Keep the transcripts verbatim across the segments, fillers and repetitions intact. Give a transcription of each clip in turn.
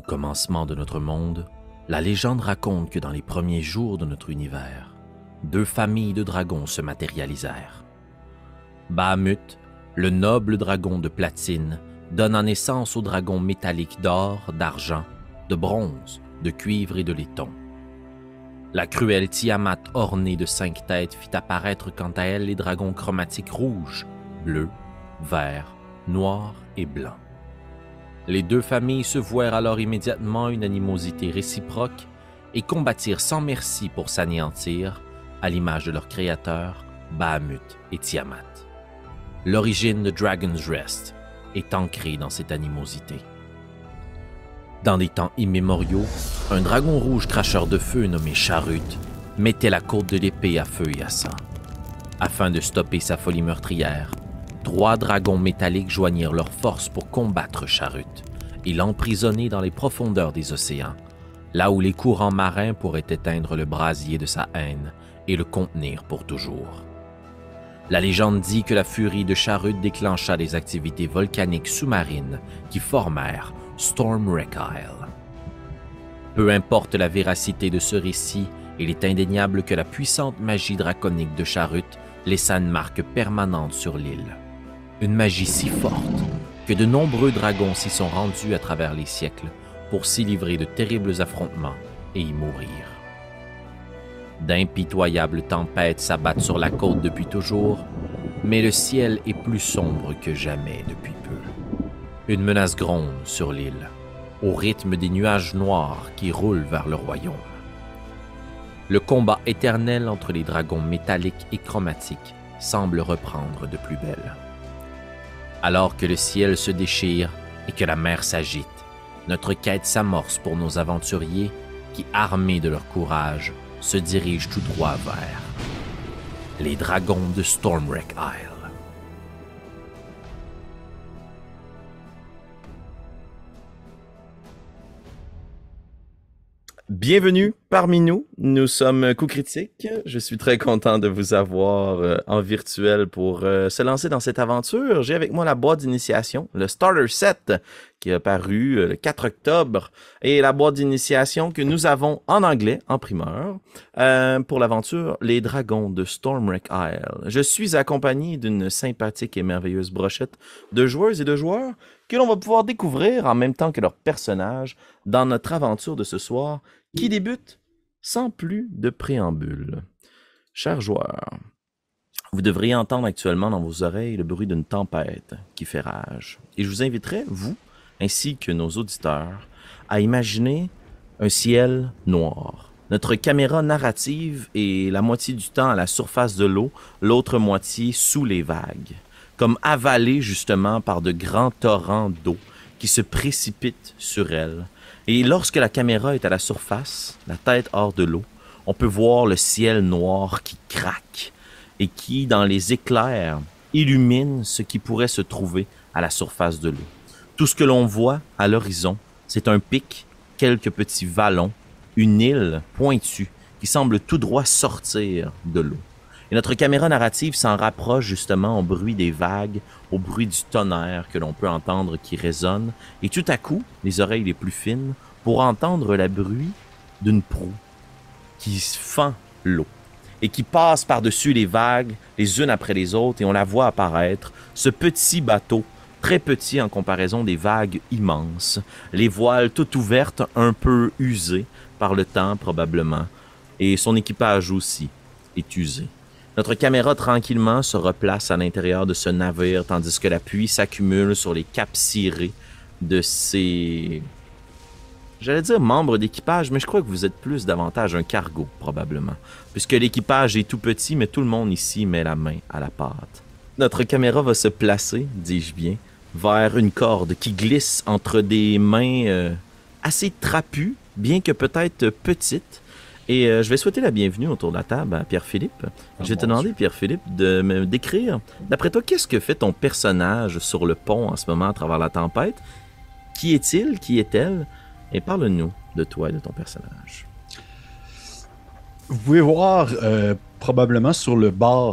Au commencement de notre monde, la légende raconte que dans les premiers jours de notre univers, deux familles de dragons se matérialisèrent. Bahamut, le noble dragon de platine, donna naissance aux dragons métalliques d'or, d'argent, de bronze, de cuivre et de laiton. La cruelle Tiamat ornée de cinq têtes fit apparaître quant à elle les dragons chromatiques rouges, bleus, verts, noirs et blancs. Les deux familles se vouèrent alors immédiatement une animosité réciproque et combattirent sans merci pour s'anéantir, à l'image de leur créateurs, Bahamut et Tiamat. L'origine de Dragon's Rest est ancrée dans cette animosité. Dans des temps immémoriaux, un dragon rouge cracheur de feu nommé Charut mettait la courte de l'épée à feu et à sang. Afin de stopper sa folie meurtrière, trois dragons métalliques joignirent leurs forces pour combattre Charut et l'emprisonner dans les profondeurs des océans, là où les courants marins pourraient éteindre le brasier de sa haine et le contenir pour toujours. La légende dit que la furie de Charut déclencha des activités volcaniques sous-marines qui formèrent Stormwreck Isle. Peu importe la véracité de ce récit, il est indéniable que la puissante magie draconique de Charut laissa une marque permanente sur l'île. Une magie si forte que de nombreux dragons s'y sont rendus à travers les siècles pour s'y livrer de terribles affrontements et y mourir. D'impitoyables tempêtes s'abattent sur la côte depuis toujours, mais le ciel est plus sombre que jamais depuis peu. Une menace gronde sur l'île, au rythme des nuages noirs qui roulent vers le royaume. Le combat éternel entre les dragons métalliques et chromatiques semble reprendre de plus belle. Alors que le ciel se déchire et que la mer s'agite, notre quête s'amorce pour nos aventuriers qui, armés de leur courage, se dirigent tout droit vers les dragons de Stormwreck Isle. Bienvenue parmi nous, nous sommes Coup Critique. Je suis très content de vous avoir euh, en virtuel pour euh, se lancer dans cette aventure. J'ai avec moi la boîte d'initiation, le Starter Set, qui est paru euh, le quatre octobre, et la boîte d'initiation que nous avons en anglais, en primeur, euh, pour l'aventure Les Dragons de Stormwreck Isle. Je suis accompagné d'une sympathique et merveilleuse brochette de joueuses et de joueurs que l'on va pouvoir découvrir en même temps que leurs personnages dans notre aventure de ce soir, qui débute sans plus de préambule. Chers joueurs, vous devriez entendre actuellement dans vos oreilles le bruit d'une tempête qui fait rage. Et je vous inviterai, vous, ainsi que nos auditeurs, à imaginer un ciel noir. Notre caméra narrative est la moitié du temps à la surface de l'eau, l'autre moitié sous les vagues, comme avalée justement par de grands torrents d'eau qui se précipitent sur elle. Et lorsque la caméra est à la surface, la tête hors de l'eau, on peut voir le ciel noir qui craque et qui, dans les éclairs, illumine ce qui pourrait se trouver à la surface de l'eau. Tout ce que l'on voit à l'horizon, c'est un pic, quelques petits vallons, une île pointue qui semble tout droit sortir de l'eau. Et notre caméra narrative s'en rapproche justement au bruit des vagues, au bruit du tonnerre que l'on peut entendre qui résonne, et tout à coup, les oreilles les plus fines, pour entendre le bruit d'une proue qui fend l'eau et qui passe par-dessus les vagues, les unes après les autres, et on la voit apparaître, ce petit bateau, très petit en comparaison des vagues immenses, les voiles toutes ouvertes, un peu usées par le temps probablement, et son équipage aussi est usé. Notre caméra tranquillement se replace à l'intérieur de ce navire tandis que la pluie s'accumule sur les capes cirées de ces... J'allais dire membres d'équipage, mais je crois que vous êtes plus davantage un cargo, probablement. Puisque l'équipage est tout petit, mais tout le monde ici met la main à la pâte. Notre caméra va se placer, dis-je bien, vers une corde qui glisse entre des mains euh, assez trapues, bien que peut-être petites. Et euh, je vais souhaiter la bienvenue autour de la table à Pierre-Philippe. Oh, je vais te demander, Dieu. Pierre-Philippe, de me décrire, d'après toi, qu'est-ce que fait ton personnage sur le pont en ce moment à travers la tempête? Qui est-il? Qui est-elle? Et parle-nous de toi et de ton personnage. Vous pouvez voir euh, probablement sur le bord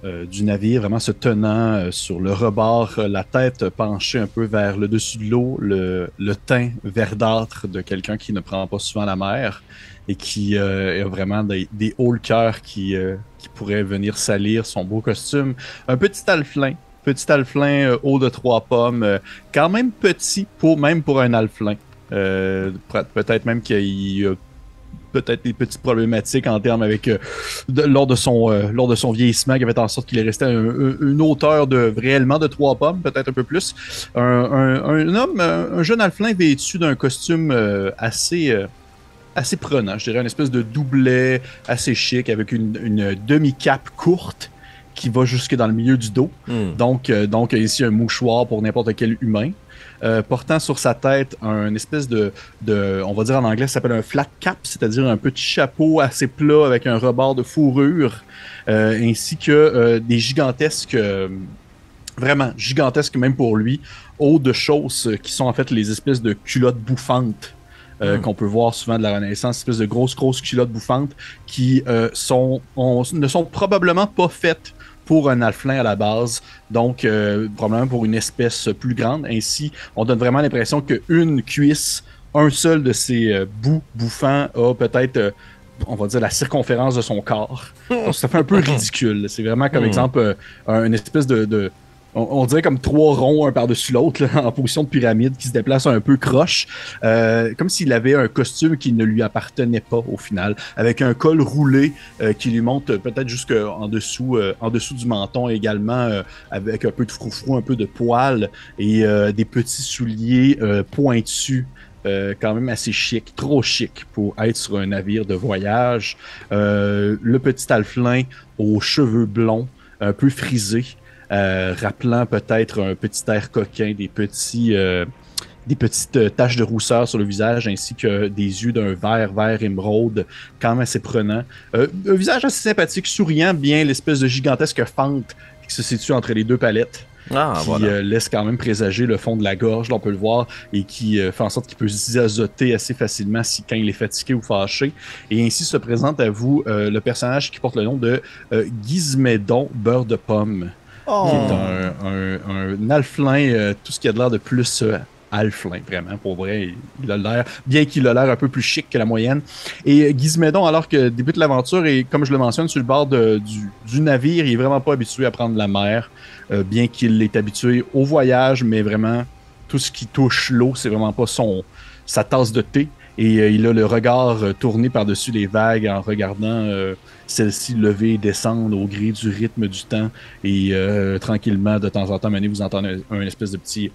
euh, du navire, vraiment se tenant euh, sur le rebord, euh, la tête penchée un peu vers le dessus de l'eau, le, le teint verdâtre de quelqu'un qui ne prend pas souvent la mer et qui euh, a vraiment des, des hauts le cœur qui, euh, qui pourraient venir salir son beau costume. Un petit alflin, petit alflin euh, haut de trois pommes, euh, quand même petit pour, même pour un alflin. Euh, peut-être même qu'il a peut-être des petites problématiques en termes avec euh, de, lors de son euh, lors de son vieillissement qui avait fait en sorte qu'il est resté à un, un, une hauteur de réellement de trois pommes, peut-être un peu plus. Un, un, un homme, un, un jeune alflin vêtu d'un costume euh, assez euh, assez prenant, je dirais, une espèce de doublet assez chic avec une, une demi-cape courte qui va jusque dans le milieu du dos. Mm. Donc, euh, donc ici un mouchoir pour n'importe quel humain. Euh, portant sur sa tête un espèce de, de, on va dire en anglais, ça s'appelle un flat cap, c'est-à-dire un petit chapeau assez plat avec un rebord de fourrure, euh, ainsi que euh, des gigantesques, euh, vraiment gigantesques même pour lui, hauts de chausses qui sont en fait les espèces de culottes bouffantes. Euh, mmh. Qu'on peut voir souvent de la Renaissance, espèce de grosses, grosses culottes bouffantes qui euh, sont, on, ne sont probablement pas faites pour un alflin à la base, donc euh, probablement pour une espèce plus grande. Ainsi, on donne vraiment l'impression qu'une cuisse, un seul de ces euh, bouts bouffants a peut-être, euh, on va dire, la circonférence de son corps. Donc ça fait un peu ridicule. C'est vraiment comme mmh. exemple euh, une espèce de... de on dirait comme trois ronds un par-dessus l'autre, là, en position de pyramide, qui se déplacent un peu croche, euh, comme s'il avait un costume qui ne lui appartenait pas au final, avec un col roulé euh, qui lui monte peut-être jusqu'en dessous, euh, en dessous du menton également, euh, avec un peu de froufrou, un peu de poils et euh, des petits souliers euh, pointus. Euh, quand même assez chic, trop chic pour être sur un navire de voyage. Euh, le petit alflin aux cheveux blonds, un peu frisés, Euh, rappelant peut-être un petit air coquin, des petits, euh, des petites taches de rousseur sur le visage, ainsi que des yeux d'un vert, vert émeraude, quand même assez prenant. Euh, un visage assez sympathique, souriant, bien l'espèce de gigantesque fente qui se situe entre les deux palettes. Ah, qui voilà. euh, laisse quand même présager le fond de la gorge, là, on peut le voir, et qui euh, fait en sorte qu'il peut se azoter assez facilement si quand il est fatigué ou fâché. Et ainsi se présente à vous euh, le personnage qui porte le nom de euh, Gizmédon Beurre de Pomme. Oh. Qui est un, un, un alflin, euh, tout ce qui a de l'air de plus euh, alflin, vraiment, pour vrai. Il a l'air, bien qu'il a l'air un peu plus chic que la moyenne. Et Gizmédon, alors que débute l'aventure, et comme je le mentionne, sur le bord de, du, du navire, il est vraiment pas habitué à prendre la mer, euh, bien qu'il est habitué au voyage, mais vraiment, tout ce qui touche l'eau, c'est vraiment pas son, sa tasse de thé. Et euh, il a le regard euh, tourné par-dessus les vagues en regardant euh, celles-ci lever et descendre au gré du rythme du temps. Et euh, tranquillement, de temps en temps, vous entendez un, un espèce de petit...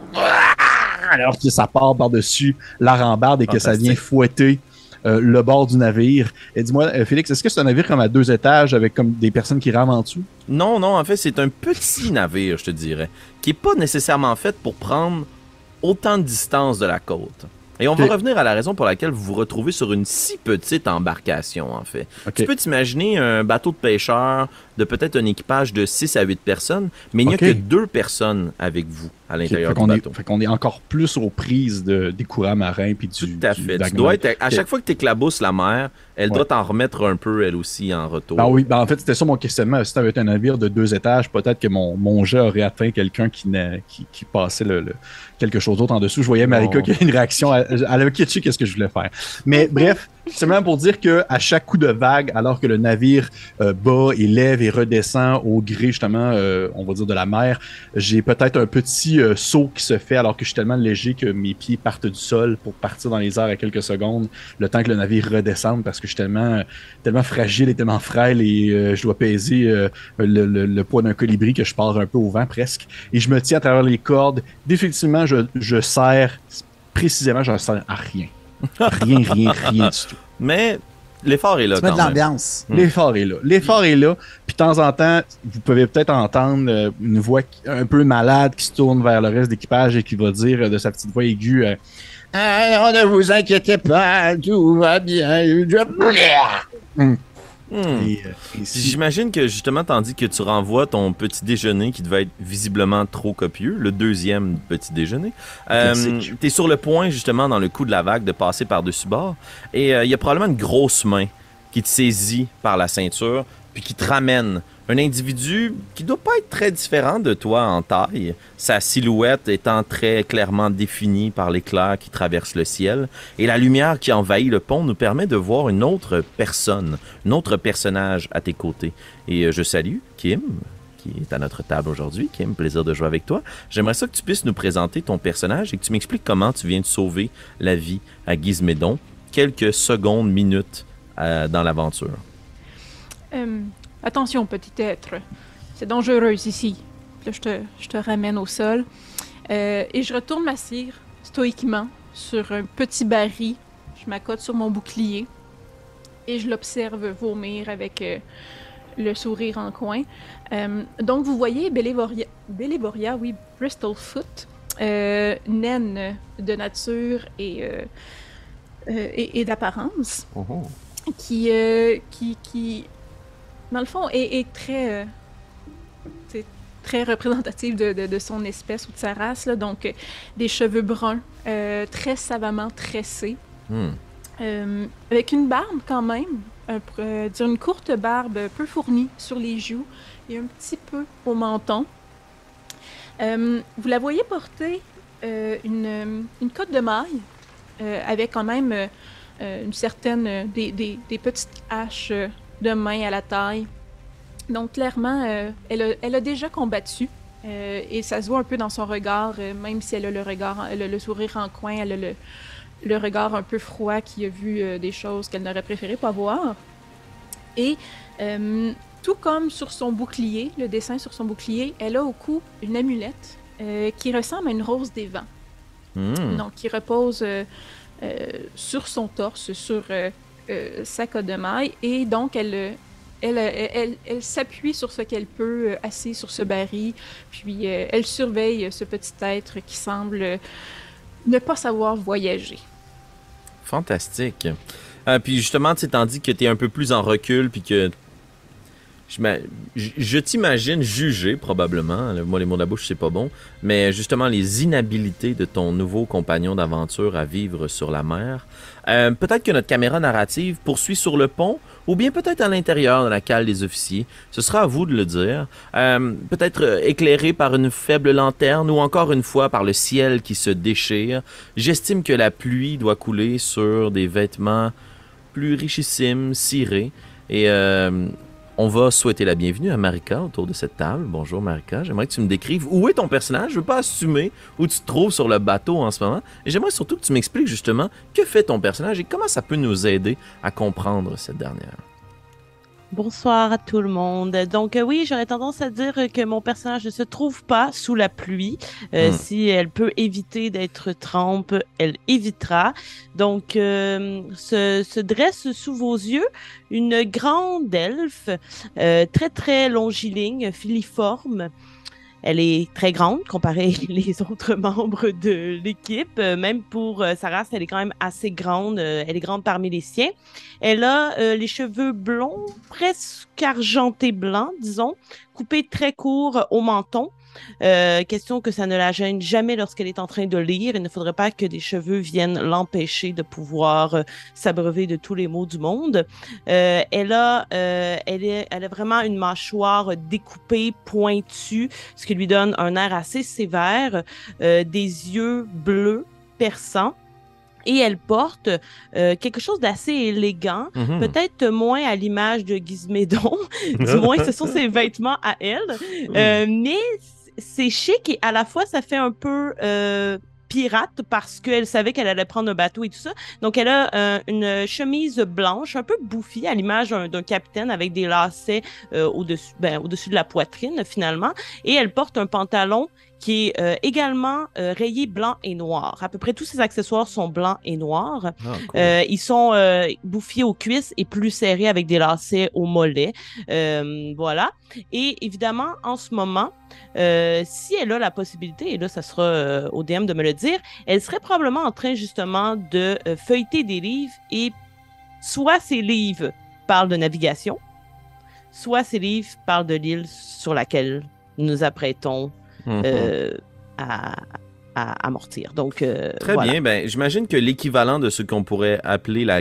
Alors que ça part par-dessus la rambarde et que Fantastique. Ça vient fouetter euh, le bord du navire. Et dis-moi, euh, Félix, est-ce que c'est un navire comme à deux étages avec comme des personnes qui rament en dessous? Non, non, en fait, c'est un petit navire, je te dirais, qui n'est pas nécessairement fait pour prendre autant de distance de la côte. Et on okay. va revenir à la raison pour laquelle vous vous retrouvez sur une si petite embarcation, en fait. Okay. Tu peux t'imaginer un bateau de pêcheurs de peut-être un équipage de six à huit personnes, mais il n'y okay. a que deux personnes avec vous à l'intérieur okay. du bateau. Est, fait qu'on est encore plus aux prises de, des courants marins puis du Tout à fait. Tu dois être, à chaque fois que tu éclabousses la mer, elle ouais. doit t'en remettre un peu, elle aussi, en retour. Ben oui, ben en fait, c'était ça mon questionnement. Si tu avais un navire de deux étages, peut-être que mon, mon jet aurait atteint quelqu'un qui, qui, qui passait le, le, quelque chose d'autre en dessous. Je voyais Marika oh. qui a une réaction. Elle, elle avait catché qu'est-ce que je voulais faire. Mais bref, c'est même pour dire que à chaque coup de vague, alors que le navire euh, bat et lève et redescend au gré, justement, euh, on va dire de la mer, j'ai peut-être un petit euh, saut qui se fait alors que je suis tellement léger que mes pieds partent du sol pour partir dans les airs à quelques secondes, le temps que le navire redescende, parce que je suis tellement, tellement fragile et tellement frêle et euh, je dois peser euh, le, le, le poids d'un colibri que je pars un peu au vent presque. Et je me tiens à travers les cordes. Définitivement, je, je serre, précisément, je ne sers à rien. Rien, rien, rien du tout. Mais l'effort est là. Tu mets de l'ambiance. Mmh. L'effort est là. L'effort est là. Puis de temps en temps, vous pouvez peut-être entendre euh, une voix un peu malade qui se tourne vers le reste d'équipage et qui va dire euh, de sa petite voix aiguë euh, ah, ne vous inquiétez pas, tout va bien. Mmh. Hmm. Et, euh, et si... J'imagine que justement, tandis que tu renvoies ton petit déjeuner qui devait être visiblement trop copieux, le deuxième petit déjeuner, euh, tu es sur le point justement dans le coup de la vague de passer par-dessus bord et il euh, y a probablement une grosse main qui te saisit par la ceinture, puis qui te ramène. Un individu qui doit pas être très différent de toi en taille, sa silhouette étant très clairement définie par l'éclair qui traverse le ciel, et la lumière qui envahit le pont nous permet de voir une autre personne, un autre personnage à tes côtés. Et je salue Kim, qui est à notre table aujourd'hui. Kim, plaisir de jouer avec toi. J'aimerais ça que tu puisses nous présenter ton personnage et que tu m'expliques comment tu viens de sauver la vie à Gizmédon quelques secondes, minutes euh, dans l'aventure. Euh, attention, petit être. C'est dangereux ici. Là, je te, je te ramène au sol. Euh, et je retourne m'assire stoïquement sur un petit baril. Je m'accote sur mon bouclier. Et je l'observe vomir avec euh, le sourire en coin. Euh, donc, vous voyez Bellevoria, Bellevoria oui, Bristlefoot, euh, naine de nature et, euh, euh, et, et d'apparence, oh oh. Qui, euh, qui, qui, dans le fond, est, est très, euh, c'est très représentative de, de, de son espèce ou de sa race. Là. Donc, euh, des cheveux bruns, euh, très savamment tressés, mm. euh, avec une barbe quand même, un, euh, dire une courte barbe peu fournie sur les joues et un petit peu au menton. Euh, vous la voyez porter euh, une, une cotte de maille euh, avec quand même euh, une certaine, euh, des, des, des petites haches de main à la taille. Donc clairement, euh, elle, a, elle a déjà combattu euh, et ça se voit un peu dans son regard, euh, même si elle a le regard, elle a le sourire en coin, elle a le, le regard un peu froid qui a vu euh, des choses qu'elle n'aurait préféré pas voir. Et euh, tout comme sur son bouclier, le dessin sur son bouclier, elle a au cou une amulette euh, qui ressemble à une rose des vents. Mmh. Donc, qui repose euh, euh, sur son torse, sur euh, euh, sa cotte de maille. Et donc, elle, elle, elle, elle, elle s'appuie sur ce qu'elle peut, euh, assise sur ce baril. Puis, euh, elle surveille ce petit être qui semble euh, ne pas savoir voyager. Fantastique. Euh, puis justement, tu t'en dis que tu es un peu plus en recul, puis que je, je t'imagine juger, probablement, moi les mots de la bouche c'est pas bon, mais justement les inhabilités de ton nouveau compagnon d'aventure à vivre sur la mer. Euh, peut-être que notre caméra narrative poursuit sur le pont, ou bien peut-être à l'intérieur de la cale des officiers. Ce sera à vous de le dire. Euh, peut-être éclairé par une faible lanterne, ou encore une fois par le ciel qui se déchire. J'estime que la pluie doit couler sur des vêtements plus richissimes, cirés, et euh, on va souhaiter la bienvenue à Marika autour de cette table. Bonjour Marika, j'aimerais que tu me décrives où est ton personnage. Je veux pas assumer où tu te trouves sur le bateau en ce moment. Et j'aimerais surtout que tu m'expliques justement que fait ton personnage et comment ça peut nous aider à comprendre cette dernière. Bonsoir à tout le monde. Donc euh, oui, j'aurais tendance à dire que mon personnage ne se trouve pas sous la pluie. Euh, mm. Si elle peut éviter d'être trempe, elle évitera. Donc euh, se, se dresse sous vos yeux une grande elfe, euh, très très longiligne, filiforme. Elle est très grande comparée les autres membres de l'équipe. Euh, même pour euh, sa race, elle est quand même assez grande. Euh, elle est grande parmi les siens. Elle a euh, les cheveux blonds, presque argentés blancs, disons, coupés très courts au menton. Euh, question que ça ne la gêne jamais lorsqu'elle est en train de lire. Il ne faudrait pas que des cheveux viennent l'empêcher de pouvoir euh, s'abreuver de tous les maux du monde. Euh, elle a, euh, elle est, elle a vraiment une mâchoire découpée, pointue, ce qui lui donne un air assez sévère, euh, des yeux bleus perçants. Et elle porte euh, quelque chose d'assez élégant, mm-hmm. peut-être moins à l'image de Gizmédon, du moins ce sont ses vêtements à elle, euh, mais c'est chic et à la fois ça fait un peu euh, pirate parce qu'elle savait qu'elle allait prendre un bateau et tout ça. Donc elle a euh, une chemise blanche, un peu bouffie à l'image d'un, d'un capitaine avec des lacets euh, au-dessus, ben, au-dessus de la poitrine finalement, et elle porte un pantalon qui est euh, également euh, rayé blanc et noir. À peu près tous ses accessoires sont blancs et noirs. Oh, cool. euh, ils sont euh, bouffiés aux cuisses et plus serrés avec des lacets aux mollets. Euh, voilà. Et évidemment, en ce moment, euh, si elle a la possibilité, et là, ça sera euh, au D M de me le dire, elle serait probablement en train justement de euh, feuilleter des livres et soit ces livres parlent de navigation, soit ces livres parlent de l'île sur laquelle nous nous apprêtons Mm-hmm. Euh, à, à amortir. Donc, euh, Très voilà. bien. Ben, j'imagine que l'équivalent de ce qu'on pourrait appeler la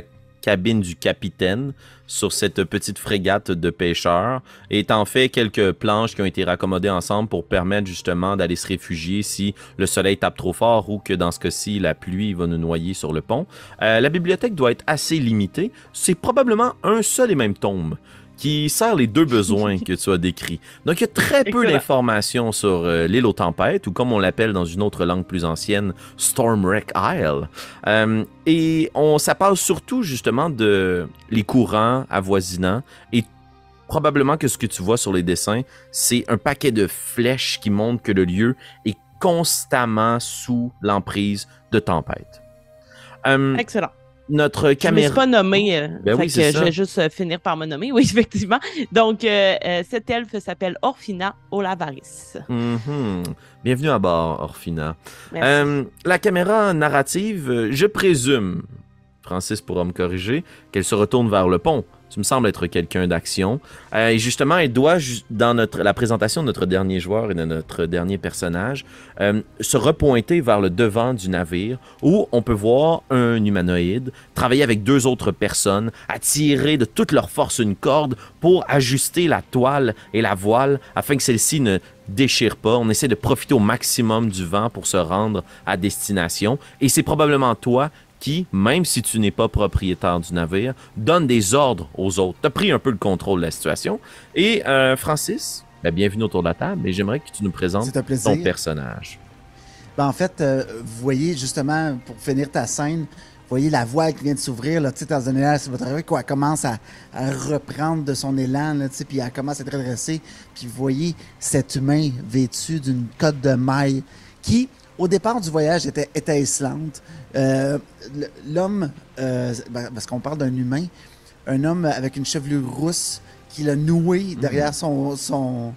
cabine du capitaine sur cette petite frégate de pêcheurs. Et est en fait quelques planches qui ont été raccommodées ensemble pour permettre justement d'aller se réfugier si le soleil tape trop fort ou que dans ce cas-ci, la pluie va nous noyer sur le pont. Euh, la bibliothèque doit être assez limitée. C'est probablement un seul et même tome qui sert les deux besoins que tu as décrits. Donc, il y a très peu d'informations sur euh, l'île aux tempêtes, ou comme on l'appelle dans une autre langue plus ancienne, Stormwreck Isle. Euh, et on, ça parle surtout, justement, de les courants avoisinants, et probablement que ce que tu vois sur les dessins, c'est un paquet de flèches qui montrent que le lieu est constamment sous l'emprise de tempêtes. Euh, Excellent. Notre caméra... Je ne me suis pas nommée, euh, ben oui, que c'est je ça. vais juste euh, finir par me nommer, oui, effectivement. Donc, euh, euh, cette elfe s'appelle Orphina Olavaris. Mm-hmm. Bienvenue à bord, Orphina. Merci. Euh, la caméra narrative, je présume, Francis pourra me corriger, qu'elle se retourne vers le pont. Tu me sembles être quelqu'un d'action. Euh, et justement, elle doit, dans notre, la présentation de notre dernier joueur et de notre dernier personnage, euh, se repointer vers le devant du navire où on peut voir un humanoïde travailler avec deux autres personnes, à tirer de toute leur force une corde pour ajuster la toile et la voile afin que celle-ci ne déchire pas. On essaie de profiter au maximum du vent pour se rendre à destination. Et c'est probablement toi qui, même si tu n'es pas propriétaire du navire, donne des ordres aux autres. Tu as pris un peu le contrôle de la situation. Et euh, Francis, ben, bienvenue autour de la table, et j'aimerais que tu nous présentes C'est un plaisir. ton personnage. Ben, en fait, euh, vous voyez, justement, pour finir ta scène, vous voyez la voile qui vient de s'ouvrir, là, tu sais, dans un élan, c'est votre arrivée, quoi, elle commence à, à reprendre de son élan, là, tu sais, puis elle commence à être redressée, puis vous voyez cet humain vêtu d'une cotte de maille qui, au départ du voyage, était étincelante. Euh, l'homme, euh, parce qu'on parle d'un humain, un homme avec une chevelure rousse qui l'a noué derrière son, son,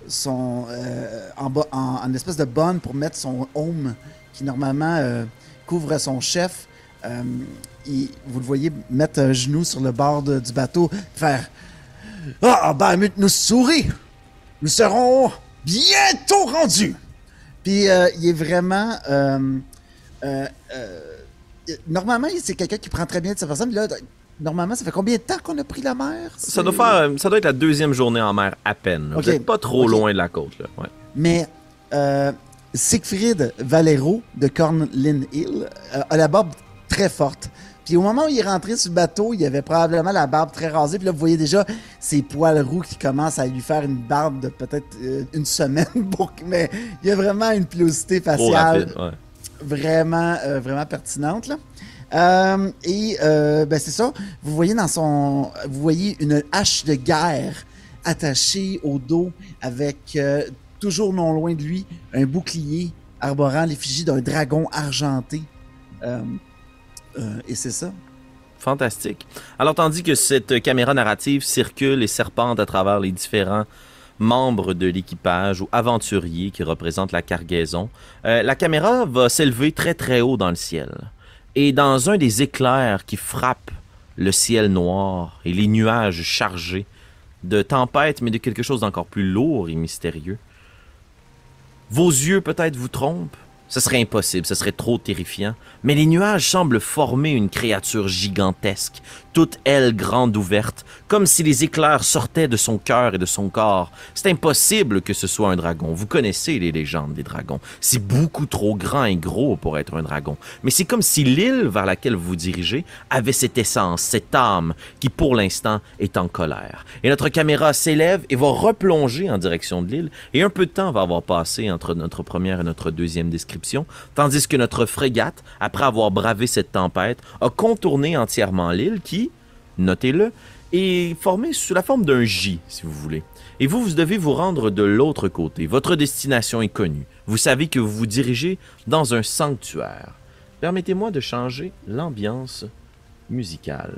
son euh, en, bas, en, en espèce de bonne pour mettre son aume qui normalement euh, couvre son chef. Euh, il, vous le voyez mettre un genou sur le bord de, du bateau, faire ah ben nous souris, nous serons bientôt rendus. Puis euh, il est vraiment euh, euh, euh, normalement c'est quelqu'un qui prend très bien de sa personne. Là, normalement, ça fait combien de temps qu'on a pris la mer? Ça doit, faire, ça doit être la deuxième journée en mer à peine. Vous Ok. n'êtes pas trop Ok. loin de la côte. Là. Ouais. Mais euh, Siegfried Valero de Cornlin Hill euh, a la barbe très forte. Puis au moment où il est rentré sur le bateau, il avait probablement la barbe très rasée. Puis là, vous voyez déjà ses poils roux qui commencent à lui faire une barbe de peut-être euh, une semaine. Pour... Mais il y a vraiment une pilosité Trop faciale rapide. Ouais. vraiment, euh, vraiment pertinente, là. Euh, et euh, ben c'est ça. Vous voyez dans son, vous voyez une hache de guerre attachée au dos avec euh, toujours non loin de lui un bouclier arborant l'effigie d'un dragon argenté. Euh, euh, et c'est ça. Fantastique. Alors, tandis que cette caméra narrative circule et serpente à travers les différents membres de l'équipage ou aventuriers qui représentent la cargaison, euh, la caméra va s'élever très très haut dans le ciel. Et dans un des éclairs qui frappent le ciel noir et les nuages chargés de tempêtes, mais de quelque chose d'encore plus lourd et mystérieux, vos yeux peut-être vous trompent. Ce serait impossible, ce serait trop terrifiant. Mais les nuages semblent former une créature gigantesque, toute aile grande ouverte, comme si les éclairs sortaient de son cœur et de son corps. C'est impossible que ce soit un dragon. Vous connaissez les légendes des dragons. C'est beaucoup trop grand et gros pour être un dragon. Mais c'est comme si l'île vers laquelle vous vous dirigez avait cette essence, cette âme qui pour l'instant est en colère. Et notre caméra s'élève et va replonger en direction de l'île. Et un peu de temps va avoir passé entre notre première et notre deuxième description. Tandis que notre frégate, après avoir bravé cette tempête, a contourné entièrement l'île qui, notez-le, est formée sous la forme d'un J, si vous voulez. Et vous, vous devez vous rendre de l'autre côté. Votre destination est connue. Vous savez que vous vous dirigez dans un sanctuaire. Permettez-moi de changer l'ambiance musicale.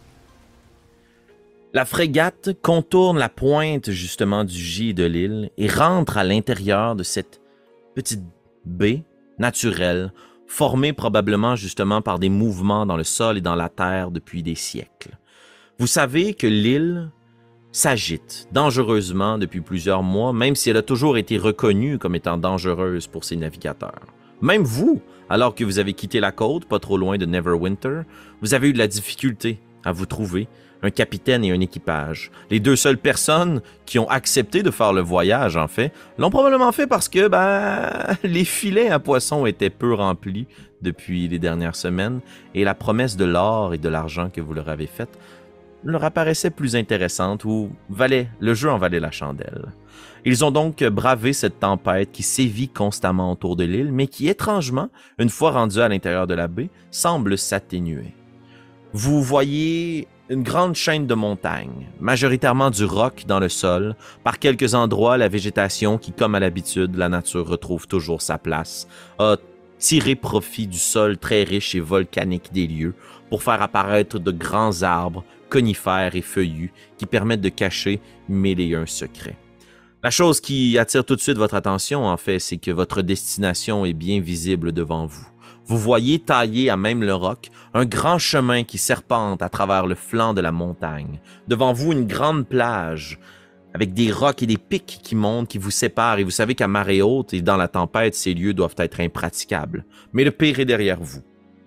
La frégate contourne la pointe justement du J de l'île et rentre à l'intérieur de cette petite baie naturelle, formée probablement justement par des mouvements dans le sol et dans la terre depuis des siècles. Vous savez que l'île s'agite dangereusement depuis plusieurs mois, même si elle a toujours été reconnue comme étant dangereuse pour ses navigateurs. Même vous, alors que vous avez quitté la côte, pas trop loin de Neverwinter, vous avez eu de la difficulté à vous trouver, un capitaine et un équipage. Les deux seules personnes qui ont accepté de faire le voyage, en fait, l'ont probablement fait parce que ben, les filets à poissons étaient peu remplis depuis les dernières semaines et la promesse de l'or et de l'argent que vous leur avez faite leur apparaissait plus intéressante ou valait, le jeu en valait la chandelle. Ils ont donc bravé cette tempête qui sévit constamment autour de l'île, mais qui, étrangement, une fois rendue à l'intérieur de la baie, semble s'atténuer. Vous voyez une grande chaîne de montagnes, majoritairement du roc dans le sol, par quelques endroits la végétation qui, comme à l'habitude, la nature retrouve toujours sa place, a tiré profit du sol très riche et volcanique des lieux pour faire apparaître de grands arbres, conifères et feuillus qui permettent de cacher mille et un secrets. La chose qui attire tout de suite votre attention, en fait, c'est que votre destination est bien visible devant vous. Vous voyez taillé à même le roc un grand chemin qui serpente à travers le flanc de la montagne. Devant vous, une grande plage avec des rocs et des pics qui montent, qui vous séparent. Et vous savez qu'à marée haute et dans la tempête, ces lieux doivent être impraticables. Mais le pire est derrière vous.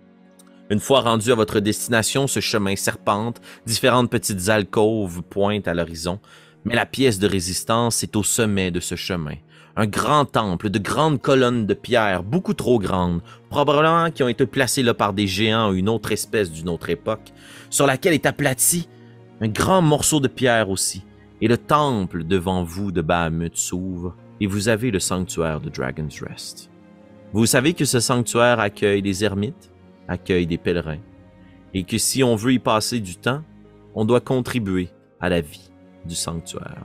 Une fois rendu à votre destination, ce chemin serpente, différentes petites alcôves pointent à l'horizon. Mais la pièce de résistance est au sommet de ce chemin. Un grand temple de grandes colonnes de pierre, beaucoup trop grandes, probablement qui ont été placées là par des géants ou une autre espèce d'une autre époque, sur laquelle est aplati un grand morceau de pierre aussi. Et le temple devant vous de Bahamut s'ouvre et vous avez le sanctuaire de Dragon's Rest. Vous savez que ce sanctuaire accueille des ermites, accueille des pèlerins, et que si on veut y passer du temps, on doit contribuer à la vie du sanctuaire.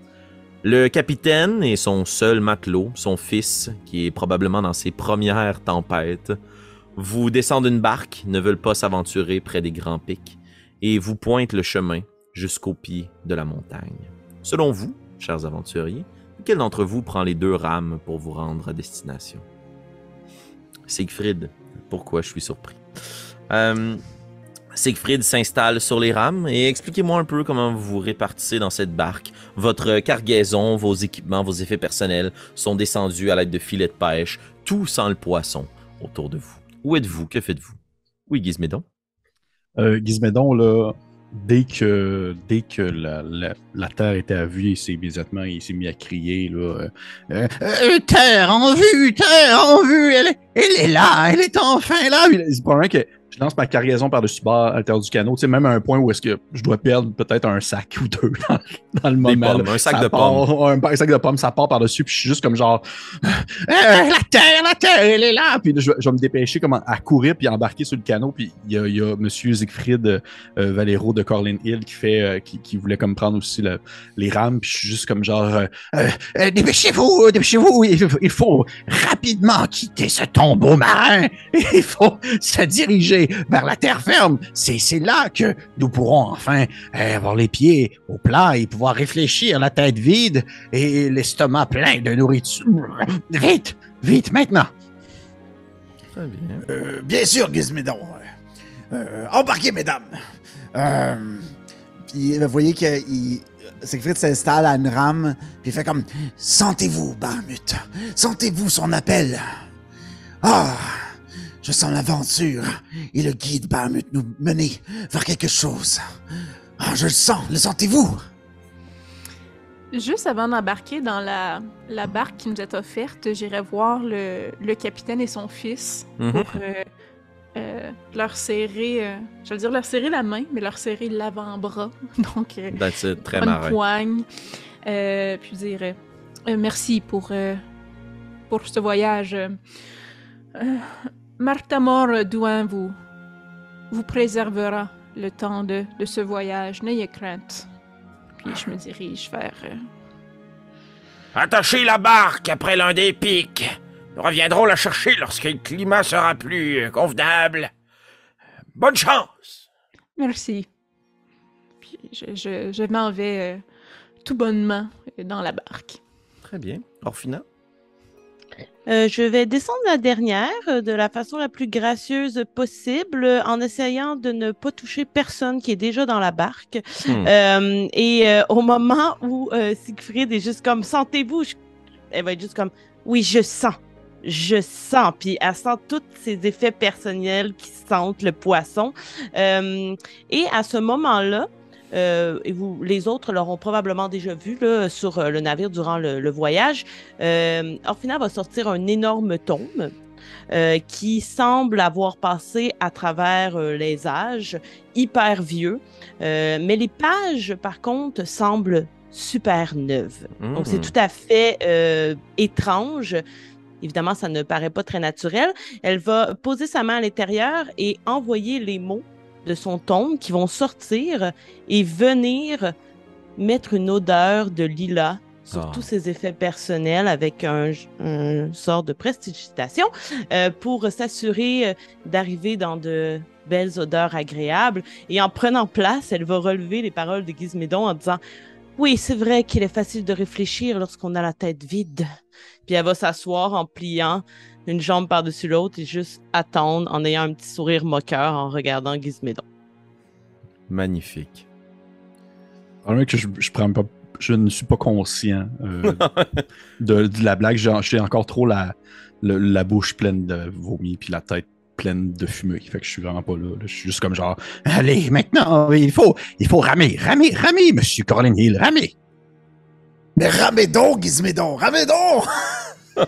Le capitaine et son seul matelot, son fils, qui est probablement dans ses premières tempêtes, vous descendent d'une barque, ne veulent pas s'aventurer près des grands pics, et vous pointent le chemin jusqu'au pied de la montagne. Selon vous, chers aventuriers, lequel d'entre vous prend les deux rames pour vous rendre à destination? Siegfried, pourquoi je suis surpris? Euh... Siegfried s'installe sur les rames et expliquez-moi un peu comment vous vous répartissez dans cette barque. Votre cargaison, vos équipements, vos effets personnels sont descendus à l'aide de filets de pêche, tout sans le poisson autour de vous. Où êtes-vous? Que faites-vous? Oui, Gizmédon? Euh, Gizmédon, là, dès que, dès que la, la, la terre était à vue, il s'est immédiatement il s'est mis à crier, là, euh, euh, terre en vue, terre en vue, elle est, elle est là, elle est enfin là. C'est pas vrai que je lance ma cargaison par-dessus bord à l'intérieur du canot, tu sais, même à un point où est-ce que je dois perdre peut-être un sac ou deux dans, dans le Des moment. pommes, Là, un sac de part, pommes. Un, un sac de pommes, ça part par-dessus, puis je suis juste comme genre, euh, la terre, la terre, elle est là. Puis là, je, je vais me dépêcher comme à courir puis embarquer sur le canot. Puis il y a, il y a Monsieur Siegfried euh, Valero de Corlin Hill qui fait, euh, qui, qui voulait comme prendre aussi le, les rames. Puis je suis juste comme genre, euh, euh, dépêchez-vous, dépêchez-vous, il, il faut rapidement quitter ce tombeau marin. Il faut se diriger vers la terre ferme. C'est, c'est là que nous pourrons enfin euh, avoir les pieds au plat et pouvoir réfléchir, la tête vide et l'estomac plein de nourriture. Vite, vite, maintenant. Très bien. Euh, bien sûr, Gizmédon. Euh, embarquez, mesdames. Euh, puis vous voyez que il, Siegfried s'installe à une rame, puis il fait comme « Sentez-vous, Bahamut, sentez-vous son appel. Ah, je sens l'aventure et le guide Bahamut nous mener vers quelque chose. Ah, je le sens, le sentez-vous? » Juste avant d'embarquer dans la, la barque qui nous est offerte, j'irai voir le, le capitaine et son fils Mm-hmm. pour euh, euh, leur serrer, euh, je veux dire leur serrer la main, mais leur serrer l'avant-bras. Donc, euh, That's it, très une marin. poigne. Euh, puis dire euh, euh, merci pour, euh, pour ce voyage. Euh, Martamor Douin vous, vous préservera le temps de, de ce voyage. N'ayez crainte. Puis je me dirige vers... Euh... Attachez la barque après l'un des pics. Nous reviendrons la chercher lorsque le climat sera plus convenable. Bonne chance! Merci. Puis je, je, je m'en vais euh, tout bonnement dans la barque. Très bien. Orphina? Euh, je vais descendre la dernière euh, de la façon la plus gracieuse possible euh, en essayant de ne pas toucher personne qui est déjà dans la barque. Hmm. Euh, et euh, au moment où euh, Siegfried est juste comme « Sentez-vous », je... elle va être juste comme « Oui, je sens je sens, puis elle sent tous ces effets personnels qui sentent le poisson. Euh, et à ce moment-là, euh, et vous, les autres l'auront probablement déjà vu là, sur euh, le navire durant le, le voyage, euh, Orphina va sortir un énorme tome euh, qui semble avoir passé à travers euh, les âges, hyper vieux. Euh, mais les pages, par contre, semblent super neuves. Mmh. Donc, c'est tout à fait euh, étrange. Évidemment, ça ne paraît pas très naturel. Elle va poser sa main à l'intérieur et envoyer les mots de son tome qui vont sortir et venir mettre une odeur de lilas sur oh. tous ses effets personnels avec un, un sort de prestidigitation euh, pour s'assurer d'arriver dans de belles odeurs agréables. Et en prenant place, elle va relever les paroles de Gizmédon en disant « Oui, c'est vrai qu'il est facile de réfléchir lorsqu'on a la tête vide. » Puis elle va s'asseoir en pliant une jambe par-dessus l'autre et juste attendre en ayant un petit sourire moqueur en regardant Gizmédon. Magnifique. Alors que je, je, prends pas, je ne suis pas conscient euh, de, de la blague. J'ai encore trop la, la, la bouche pleine de vomi puis la tête pleine de fumée. Fait que je suis vraiment pas là. là. Je suis juste comme genre, allez, maintenant, il faut, il faut ramer, ramer, ramer, monsieur Corlin Hill, ramer. Mais ramez donc, Gizmédon, ramez donc!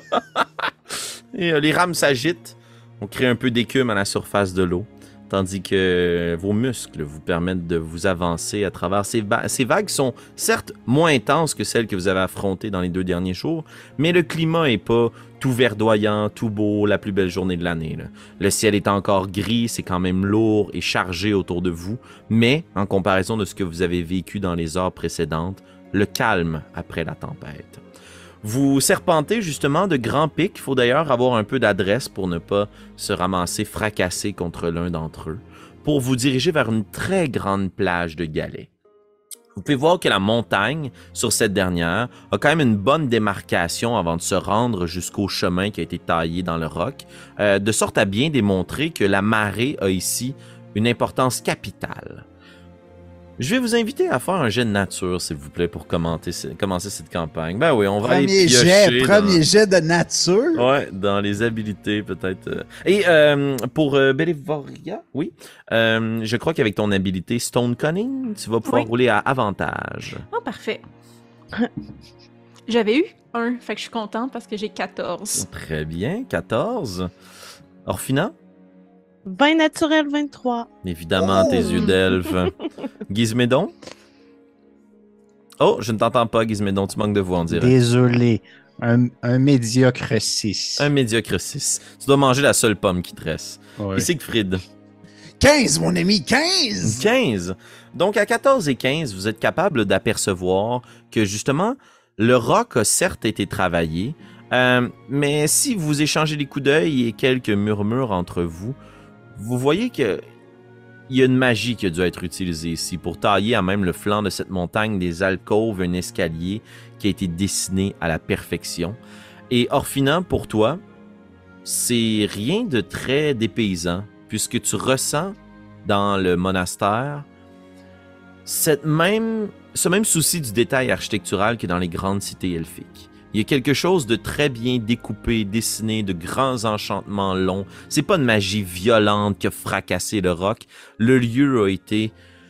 Et euh, les rames s'agitent. On crée un peu d'écume à la surface de l'eau, tandis que vos muscles vous permettent de vous avancer à travers ces, va ces vagues sont certes moins intenses que celles que vous avez affrontées dans les deux derniers jours, mais le climat est pas tout verdoyant, tout beau, la plus belle journée de l'année. Le ciel est encore gris, c'est quand même lourd et chargé autour de vous, mais en comparaison de ce que vous avez vécu dans les heures précédentes, le calme après la tempête. Vous serpentez justement de grands pics. Il faut d'ailleurs avoir un peu d'adresse pour ne pas se ramasser fracassé contre l'un d'entre eux, pour vous diriger vers une très grande plage de galets. Vous pouvez voir que la montagne, sur cette dernière, a quand même une bonne démarcation avant de se rendre jusqu'au chemin qui a été taillé dans le roc, euh, de sorte à bien démontrer que la marée a ici une importance capitale. Je vais vous inviter à faire un jet de nature, s'il vous plaît, pour commenter, commencer cette campagne. Ben oui, on va premier y piocher. Jet, dans... Premier jet de nature? Ouais, dans les habilités, peut-être. Et euh, pour euh, Bélévoria, oui, euh, je crois qu'avec ton habilité Stone Cunning, tu vas pouvoir oui. rouler à avantage. Oh, parfait. J'avais eu un, fait que je suis contente parce que j'ai quatorze. Très bien, quatorze. Orphina? vingt naturel, vingt-trois. Évidemment, oh! Tes yeux d'elfe. Gizmédon? Oh, je ne t'entends pas, Gizmédon, tu manques de voix, on dirait. Désolé, un, un médiocre six. Un médiocre six. Tu dois manger la seule pomme qui te reste. Ouais. Et Siegfried? quinze, mon ami, quinze! quinze! Donc, à quatorze et quinze, vous êtes capable d'apercevoir que, justement, le roc a certes été travaillé, euh, mais si vous échangez des coups d'œil et quelques murmures entre vous, vous voyez qu'il y a une magie qui a dû être utilisée ici pour tailler à même le flanc de cette montagne des alcôves, un escalier qui a été dessiné à la perfection. Et Orphina, pour toi, c'est rien de très dépaysant, puisque tu ressens dans le monastère cette même, ce même souci du détail architectural que dans les grandes cités elfiques. Il y a quelque chose de très bien découpé, dessiné, de grands enchantements longs. C'est pas une magie violente qui a fracassé le roc. Le lieu a été